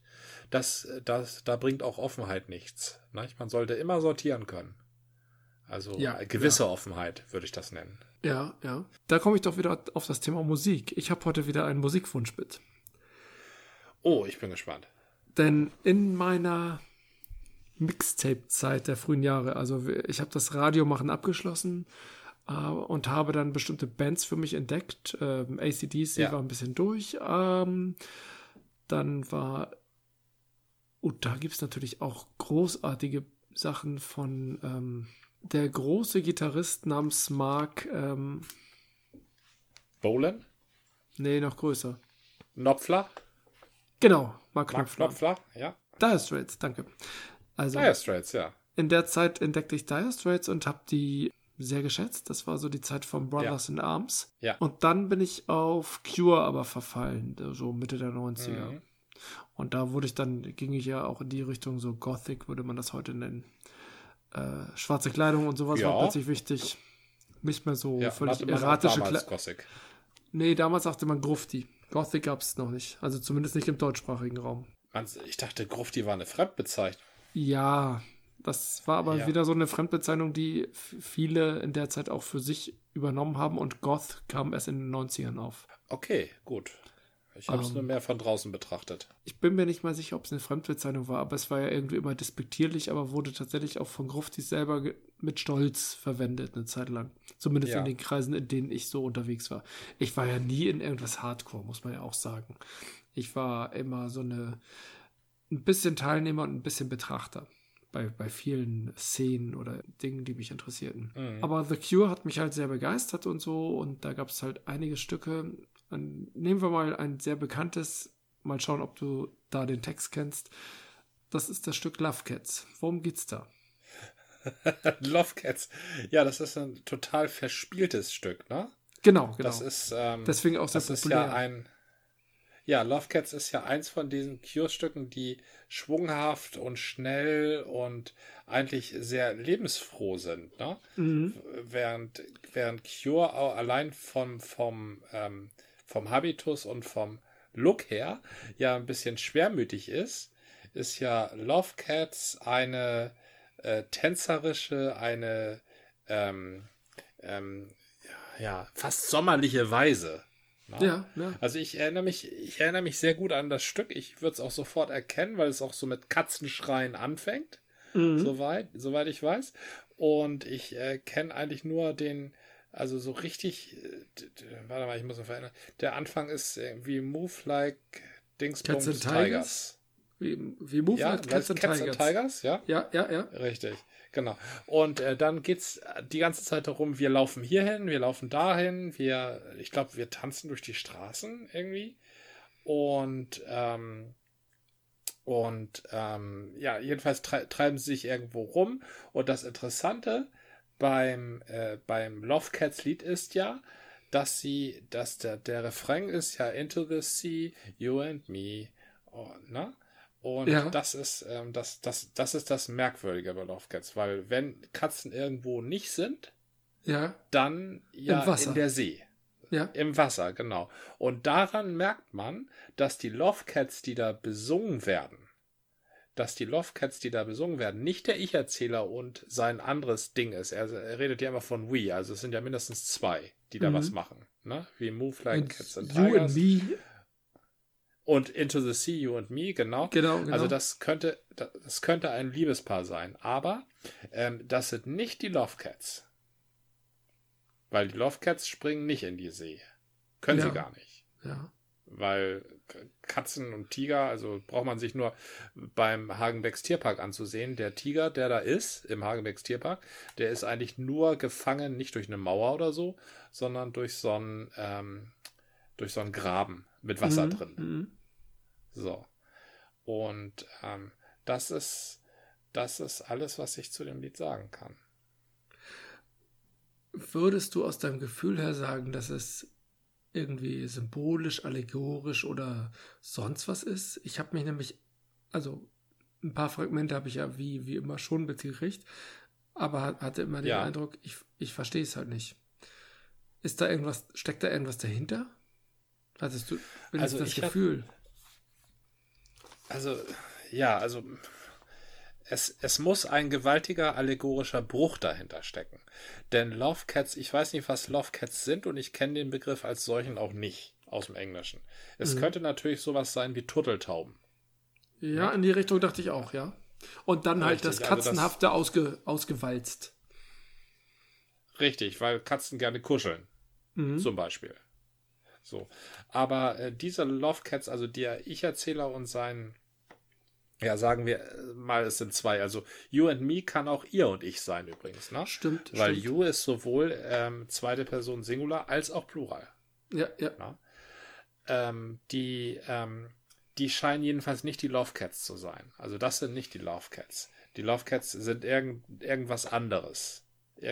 da bringt auch Offenheit nichts. Man sollte immer sortieren können. Also eine gewisse Offenheit würde ich das nennen. Ja. Da komme ich doch wieder auf das Thema Musik. Ich habe heute wieder einen Musikwunsch mit. Oh, ich bin gespannt. Denn in meiner Mixtape-Zeit der frühen Jahre. Also ich habe das Radiomachen abgeschlossen und habe dann bestimmte Bands für mich entdeckt. AC/DC war ein bisschen durch. Dann war, und da gibt es natürlich auch großartige Sachen von der große Gitarrist namens Mark Bolan? Nee, noch größer. Knopfler? Genau, Mark Knopfler, ja. Dire Straits, danke. Also, Dire Straits, ja. In der Zeit entdeckte ich Dire Straits und habe die sehr geschätzt. Das war so die Zeit von Brothers in Arms. Ja. Und dann bin ich auf Cure aber verfallen, so Mitte der 90er. Mhm. Und da ging ich ja auch in die Richtung, so Gothic würde man das heute nennen. Schwarze Kleidung und sowas war plötzlich wichtig. Nicht mehr so völlig erratische Kleidung. Nee, damals sagte man Grufti. Gothic gab es noch nicht. Also zumindest nicht im deutschsprachigen Raum. Ich dachte, Grufti war eine Fremdbezeichnung. Ja, das war aber wieder so eine Fremdbezeichnung, die viele in der Zeit auch für sich übernommen haben und Goth kam erst in den 90ern auf. Okay, gut. Ich habe es nur mehr von draußen betrachtet. Ich bin mir nicht mal sicher, ob es eine Fremdbezeichnung war, aber es war ja irgendwie immer despektierlich, aber wurde tatsächlich auch von Gruftis selber mit Stolz verwendet eine Zeit lang. Zumindest in den Kreisen, in denen ich so unterwegs war. Ich war ja nie in irgendwas Hardcore, muss man ja auch sagen. Ich war immer so ein bisschen Teilnehmer und ein bisschen Betrachter bei vielen Szenen oder Dingen, die mich interessierten. Mhm. Aber The Cure hat mich halt sehr begeistert und so und da gab es halt einige Stücke. Dann nehmen wir mal ein sehr bekanntes, mal schauen, ob du da den Text kennst. Das ist das Stück Love Cats. Worum geht's da? Love Cats. Ja, das ist ein total verspieltes Stück, ne? Genau. Das ist, deswegen auch sehr populär. Love Cats ist ja eins von diesen Cure-Stücken, die schwunghaft und schnell und eigentlich sehr lebensfroh sind, ne? Mhm. Während Cure auch allein vom Habitus und vom Look her ja ein bisschen schwermütig ist ja Love Cats eine tänzerische, eine fast sommerliche Weise. Ja. Also ich erinnere mich sehr gut an das Stück. Ich würde es auch sofort erkennen, weil es auch so mit Katzenschreien anfängt. Mhm. Soweit ich weiß. Und ich kenne eigentlich nur also so richtig, warte mal, ich muss noch verändern. Der Anfang ist wie Move Like Dingsbums Tigers. Wie Move Like Cats and Tigers? Ja? Ja. Richtig, genau. Und dann geht's die ganze Zeit darum, wir laufen hierhin, wir laufen dahin, ich glaube, wir tanzen durch die Straßen irgendwie. Und jedenfalls treiben sie sich irgendwo rum. Und das Interessante beim Love Cats Lied ist ja, dass der Refrain ist ja Into the Sea, You and Me. Ne? Und das ist das Merkwürdige bei Love Cats, weil wenn Katzen irgendwo nicht sind, dann in der See. Ja. Im Wasser, genau. Und daran merkt man, dass die Love Cats, die da besungen werden, nicht der Ich-Erzähler und sein anderes Ding ist. Er redet ja immer von We, also es sind ja mindestens zwei, die da was machen. Ne? Wie Move Like Cats and Tigers. You and Me. Und Into the Sea, You and Me, genau. Genau. Also das könnte ein Liebespaar sein. Aber das sind nicht die Love Cats. Weil die Love Cats springen nicht in die See. Können sie gar nicht. Ja. Weil Katzen und Tiger, also braucht man sich nur beim Hagenbecks Tierpark anzusehen. Der Tiger, der da ist, im Hagenbecks Tierpark, der ist eigentlich nur gefangen, nicht durch eine Mauer oder so, sondern durch so einen Graben mit Wasser drin. Mhm. So. Und das ist alles, was ich zu dem Lied sagen kann. Würdest du aus deinem Gefühl her sagen, dass es irgendwie symbolisch, allegorisch oder sonst was ist? Ich habe mich nämlich, also ein paar Fragmente habe ich ja wie immer schon mitgekriegt, aber hatte immer den Eindruck, ich verstehe es halt nicht. Steckt da irgendwas dahinter? Hattest du das Gefühl? Es muss ein gewaltiger allegorischer Bruch dahinter stecken. Denn Love Cats, ich weiß nicht, was Love Cats sind und ich kenne den Begriff als solchen auch nicht aus dem Englischen. Es könnte natürlich sowas sein wie Turteltauben. Ja, in die Richtung dachte ich auch, ja. Und dann halt Richtig, das Katzenhafte ausgewalzt. Richtig, weil Katzen gerne kuscheln. Zum Beispiel. So. Aber diese Love Cats, also der Ich-Erzähler und sein, ja, sagen wir mal, es sind zwei. Also You and Me kann auch ihr und ich sein übrigens, ne? Stimmt. Weil You ist sowohl zweite Person Singular als auch Plural. Ja. Die scheinen jedenfalls nicht die Love Cats zu sein. Also das sind nicht die Love Cats. Die Love Cats sind irgendwas anderes.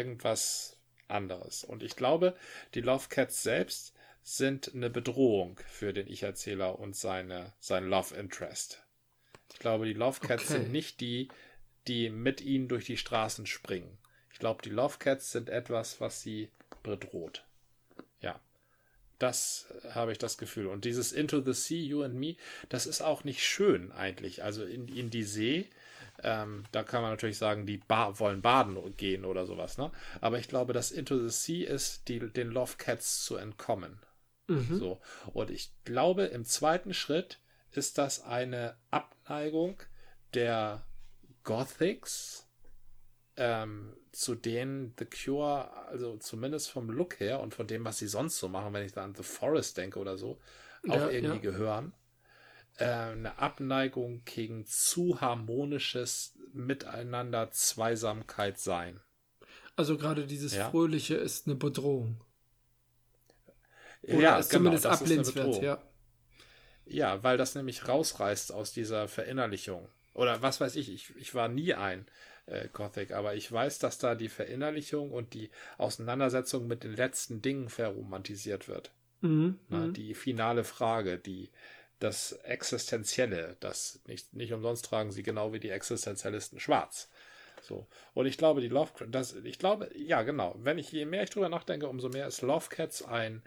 Und ich glaube, die Love Cats selbst sind eine Bedrohung für den Ich-Erzähler und sein Love Interest. Ich glaube, die Love Cats sind nicht die mit ihnen durch die Straßen springen. Ich glaube, die Love Cats sind etwas, was sie bedroht. Ja, das habe ich das Gefühl. Und dieses Into the Sea, You and Me, das ist auch nicht schön eigentlich. Also in die See, da kann man natürlich sagen, die wollen baden gehen oder sowas. Ne? Aber ich glaube, das Into the Sea ist, den Love Cats zu entkommen. So. Und ich glaube, im zweiten Schritt ist das eine Abneigung der Gothics, zu denen The Cure, also zumindest vom Look her und von dem, was sie sonst so machen, wenn ich da an The Forest denke oder so, auch irgendwie gehören. Eine Abneigung gegen zu harmonisches Miteinander, Zweisamkeit sein. Also gerade dieses Fröhliche ist eine Bedrohung. Oder Ja, ist genau, zumindest das ist eine ablehnenswert, Bedrohung. ja. Ja, weil das nämlich rausreißt aus dieser Verinnerlichung. Oder was weiß ich war nie ein Gothic, aber ich weiß, dass da die Verinnerlichung und die Auseinandersetzung mit den letzten Dingen verromantisiert wird. Die finale Frage, das Existenzielle, das nicht umsonst tragen sie genau wie die Existenzialisten schwarz. So. Und ich glaube, ja genau, je mehr ich drüber nachdenke, umso mehr ist Love Cats ein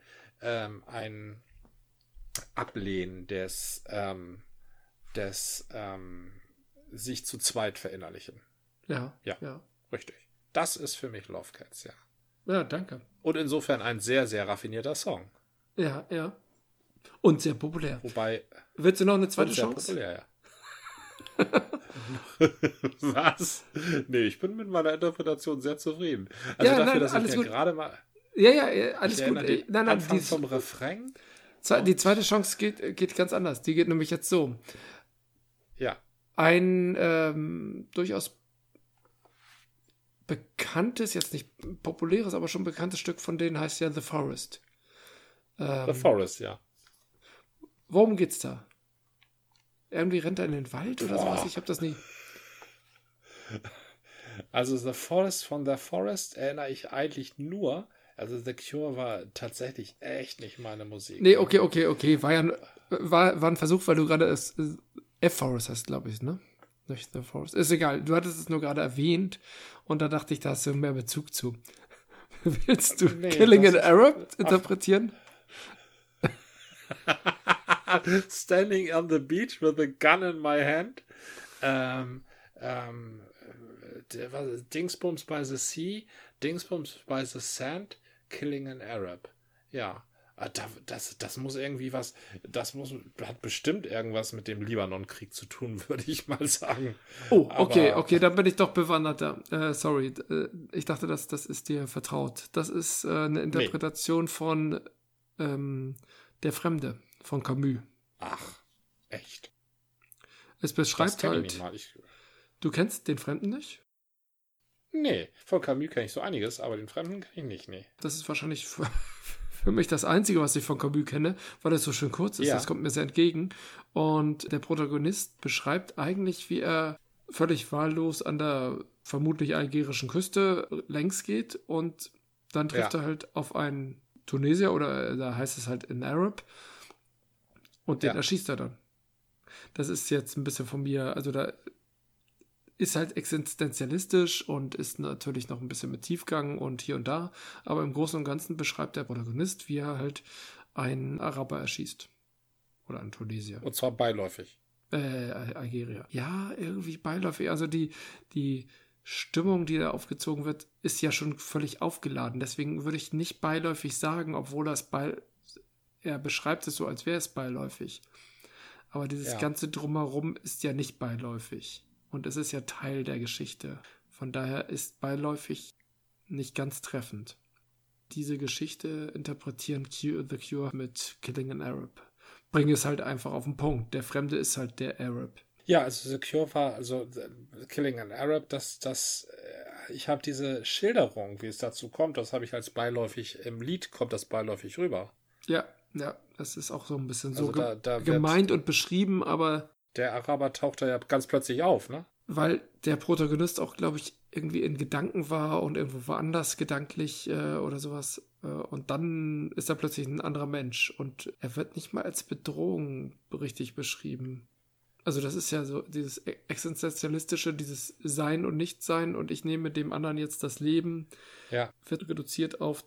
Ablehnen des sich zu zweit verinnerlichen. Ja. Richtig. Das ist für mich Love Cats, ja. Ja, danke. Und insofern ein sehr, sehr raffinierter Song. Ja. Und sehr populär. Wobei. Willst du noch eine zweite sehr Chance? Populär, ja. Was? Nee, ich bin mit meiner Interpretation sehr zufrieden. Also dafür, dass ich mir gerade mal. Ja, alles gut. Nein, Anfang vom Refrain. Die zweite Chance geht ganz anders. Die geht nämlich jetzt so. Ja. Ein durchaus bekanntes, jetzt nicht populäres, aber schon bekanntes Stück von denen heißt ja The Forest. The Forest, ja. Worum geht's da? Irgendwie rennt er in den Wald oder sowas? Ich habe das nie. Also The Forest von The Forest erinnere ich eigentlich nur. Also The Cure war tatsächlich echt nicht meine Musik. Nee, okay. War ein Versuch, weil du gerade F-Forest hast, glaube ich, ne? Nicht The Forest. Ist egal, du hattest es nur gerade erwähnt und da dachte ich, da hast du mehr Bezug zu. Willst du Killing an Arab interpretieren? Standing on the beach with a gun in my hand. Dingsbums by the sea, Dingsbums by the sand, Killing an Arab. Ja, das muss irgendwie hat bestimmt irgendwas mit dem Libanon-Krieg zu tun, würde ich mal sagen. Oh, okay, dann bin ich doch bewanderter. Sorry, ich dachte, das ist dir vertraut. Das ist eine Interpretation von Der Fremde von Camus. Ach, echt? Es beschreibt halt. Du kennst den Fremden nicht? Nee, von Camus kenne ich so einiges, aber den Fremden kenne ich nicht, nee. Das ist wahrscheinlich für mich das Einzige, was ich von Camus kenne, weil das so schön kurz ist. Ja. Das kommt mir sehr entgegen. Und der Protagonist beschreibt eigentlich, wie er völlig wahllos an der vermutlich algerischen Küste längs geht und dann trifft er halt auf einen Tunesier oder da heißt es halt in Arab und den erschießt er dann. Das ist jetzt ein bisschen von mir, also da ist halt existenzialistisch und ist natürlich noch ein bisschen mit Tiefgang und hier und da, aber im Großen und Ganzen beschreibt der Protagonist, wie er halt einen Araber erschießt. Oder einen Tunesier. Und zwar beiläufig. Algerier. Ja, irgendwie beiläufig. Also die Stimmung, die da aufgezogen wird, ist ja schon völlig aufgeladen. Deswegen würde ich nicht beiläufig sagen, obwohl er beschreibt es so, als wäre es beiläufig. Aber dieses ganze Drumherum ist ja nicht beiläufig. Und es ist ja Teil der Geschichte. Von daher ist beiläufig nicht ganz treffend. Diese Geschichte interpretieren The Cure mit Killing an Arab. Bringen es halt einfach auf den Punkt. Der Fremde ist halt der Arab. Ja, also The Cure war, also Killing an Arab, ich habe diese Schilderung, wie es dazu kommt, das habe ich als beiläufig, im Lied kommt das beiläufig rüber. Ja, das ist auch so ein bisschen Also so da gemeint und beschrieben, aber... Der Araber taucht da ja ganz plötzlich auf, ne? Weil der Protagonist auch, glaube ich, irgendwie in Gedanken war und irgendwo woanders gedanklich oder sowas. Und dann ist er plötzlich ein anderer Mensch und er wird nicht mal als Bedrohung richtig beschrieben. Also das ist ja so dieses Existenzialistische, dieses Sein und Nichtsein und ich nehme dem anderen jetzt das Leben, wird reduziert auf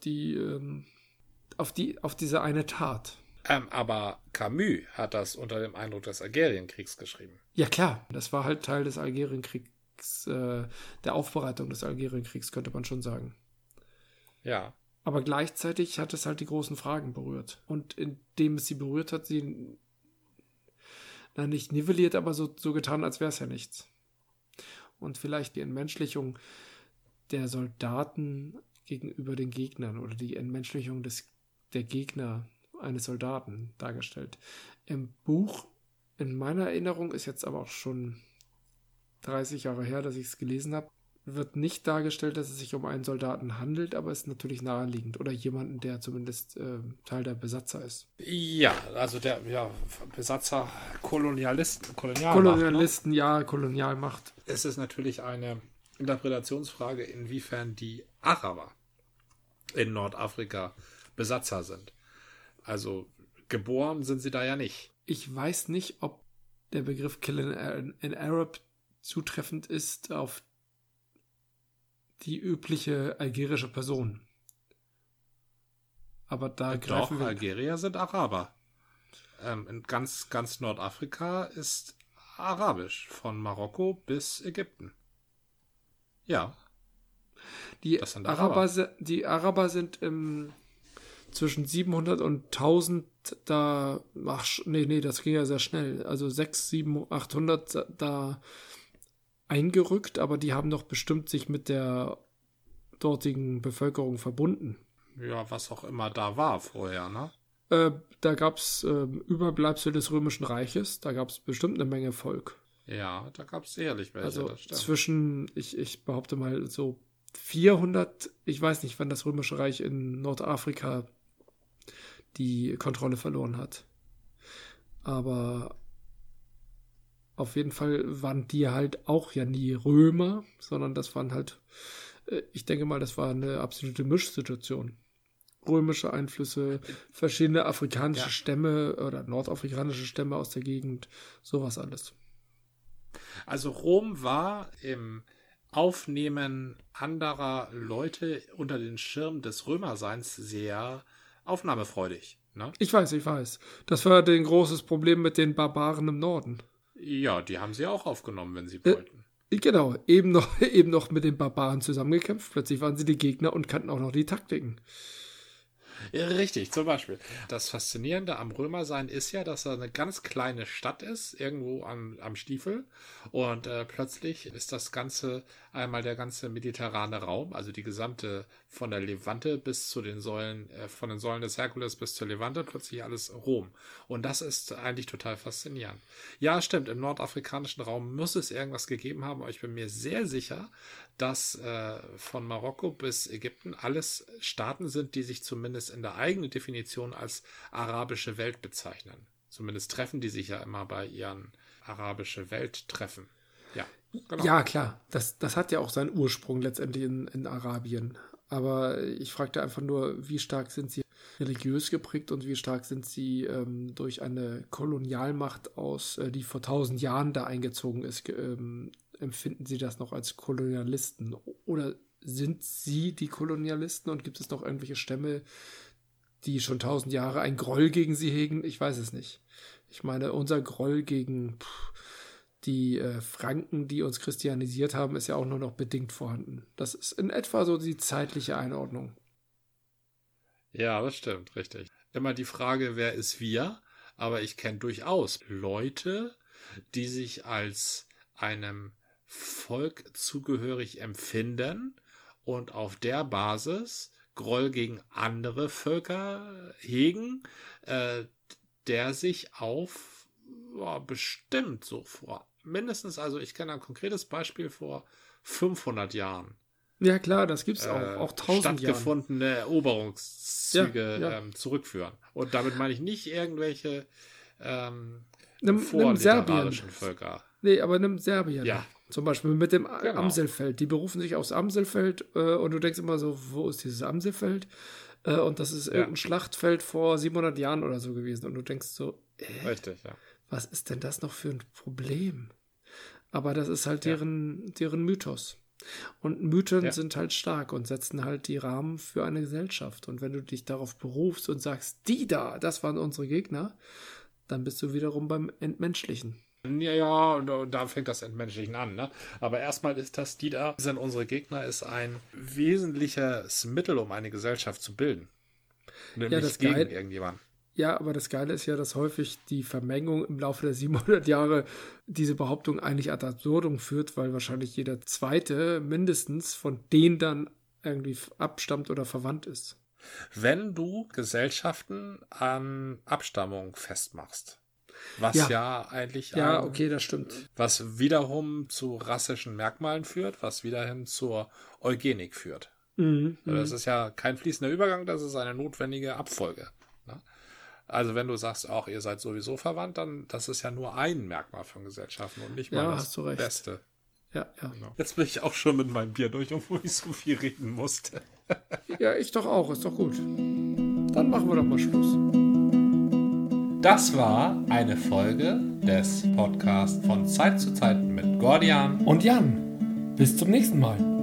diese eine Tat. Aber Camus hat das unter dem Eindruck des Algerienkriegs geschrieben. Ja klar, das war halt Teil des Algerienkriegs, der Aufbereitung des Algerienkriegs, könnte man schon sagen. Ja. Aber gleichzeitig hat es halt die großen Fragen berührt. Und indem es sie berührt hat, sie nicht nivelliert, aber so getan, als wäre es ja nichts. Und vielleicht die Entmenschlichung der Soldaten gegenüber den Gegnern oder die Entmenschlichung der Gegner eines Soldaten dargestellt. Im Buch, in meiner Erinnerung, ist jetzt aber auch schon 30 Jahre her, dass ich es gelesen habe, wird nicht dargestellt, dass es sich um einen Soldaten handelt, aber ist natürlich naheliegend. Oder jemanden, der zumindest Teil der Besatzer ist. Ja, also der Besatzer, Kolonialmacht. Kolonialisten, ne? Ja, Kolonialmacht. Es ist natürlich eine Interpretationsfrage, inwiefern die Araber in Nordafrika Besatzer sind. Also geboren sind sie da ja nicht. Ich weiß nicht, ob der Begriff Killing an Arab zutreffend ist auf die übliche algerische Person. Aber da greifen wir... Algerier sind Araber. In ganz Nordafrika ist arabisch, von Marokko bis Ägypten. Ja. Das sind Araber. Die Araber sind zwischen 700 und 1000 da... das ging ja sehr schnell. Also 6, 7, 800 da eingerückt, aber die haben doch bestimmt sich mit der dortigen Bevölkerung verbunden. Ja, was auch immer da war vorher, ne? Da gab es Überbleibsel des Römischen Reiches, da gab es bestimmt eine Menge Volk. Ja, da gab es ehrlich welche. Also das stimmt. zwischen, ich behaupte mal so 400, ich weiß nicht, wann das Römische Reich in Nordafrika die Kontrolle verloren hat. Aber auf jeden Fall waren die halt auch ja nie Römer, sondern das waren halt, ich denke mal, das war eine absolute Mischsituation. Römische Einflüsse, verschiedene afrikanische Stämme oder nordafrikanische Stämme aus der Gegend, sowas alles. Also Rom war im Aufnehmen anderer Leute unter den Schirm des Römerseins sehr aufnahmefreudig. Ne? Ich weiß. Das war ein großes Problem mit den Barbaren im Norden. Ja, die haben sie auch aufgenommen, wenn sie wollten. Genau, eben noch mit den Barbaren zusammengekämpft. Plötzlich waren sie die Gegner und kannten auch noch die Taktiken. Ja, richtig, zum Beispiel. Das Faszinierende am Römersein ist ja, dass er eine ganz kleine Stadt ist, irgendwo am Stiefel. Und plötzlich ist das Ganze, einmal der ganze mediterrane Raum, also die gesamte von der Levante bis zu den Säulen, von den Säulen des Herkules bis zur Levante, plötzlich alles Rom. Und das ist eigentlich total faszinierend. Ja, stimmt, im nordafrikanischen Raum muss es irgendwas gegeben haben, aber ich bin mir sehr sicher, dass von Marokko bis Ägypten alles Staaten sind, die sich zumindest in der eigenen Definition als arabische Welt bezeichnen. Zumindest treffen die sich ja immer bei ihren arabische Welt-Treffen. Ja, genau. Ja, klar. Das hat ja auch seinen Ursprung letztendlich in Arabien. Aber ich fragte einfach nur, wie stark sind sie religiös geprägt und wie stark sind sie durch eine Kolonialmacht die vor 1000 Jahren da eingezogen ist, empfinden sie das noch als Kolonialisten? Oder sind sie die Kolonialisten und gibt es noch irgendwelche Stämme, die schon 1000 Jahre ein Groll gegen sie hegen? Ich weiß es nicht. Ich meine, unser Groll gegen die Franken, die uns christianisiert haben, ist ja auch nur noch bedingt vorhanden. Das ist in etwa so die zeitliche Einordnung. Ja, das stimmt, richtig. Immer die Frage, wer ist wir? Aber ich kenne durchaus Leute, die sich als einem Volk zugehörig empfinden und auf der Basis Groll gegen andere Völker hegen, der sich auf bestimmt so vor mindestens, also ich kenne ein konkretes Beispiel vor 500 Jahren. Ja klar, das gibt es auch 1000 stattgefundene Jahren. Eroberungszüge zurückführen. Und damit meine ich nicht irgendwelche nimm Serbien. Völker. Nee, aber nimm Serbien. Ja. Zum Beispiel mit dem Amselfeld. Die berufen sich aufs Amselfeld und du denkst immer so, wo ist dieses Amselfeld? Und das ist irgendein Schlachtfeld vor 700 Jahren oder so gewesen. Und du denkst so, richtig, ja. Was ist denn das noch für ein Problem? Aber das ist halt deren Mythos. Und Mythen sind halt stark und setzen halt die Rahmen für eine Gesellschaft. Und wenn du dich darauf berufst und sagst, das waren unsere Gegner, dann bist du wiederum beim Entmenschlichen. Ja, und da fängt das Entmenschlichen an. Ne? Aber erstmal ist das, sind unsere Gegner, ist ein wesentliches Mittel, um eine Gesellschaft zu bilden. Nämlich das gegen Geil. irgendjemanden. Ja, aber das Geile ist ja, dass häufig die Vermengung im Laufe der 700 Jahre diese Behauptung eigentlich ad absurdum führt, weil wahrscheinlich jeder Zweite mindestens von denen dann irgendwie abstammt oder verwandt ist. Wenn du Gesellschaften an Abstammung festmachst, was eigentlich okay, das stimmt. Was wiederum zu rassischen Merkmalen führt, was wiederhin zur Eugenik führt. Das ist ja kein fließender Übergang, das ist eine notwendige Abfolge. Ne? Also wenn du sagst, auch ihr seid sowieso verwandt, dann das ist ja nur ein Merkmal von Gesellschaften und nicht mal das Beste. Ja. Genau. Jetzt bin ich auch schon mit meinem Bier durch, obwohl ich so viel reden musste. Ja, ich doch auch, ist doch gut. Dann machen wir doch mal Schluss. Das war eine Folge des Podcasts von Zeit zu Zeit mit Gordian und Jan. Bis zum nächsten Mal.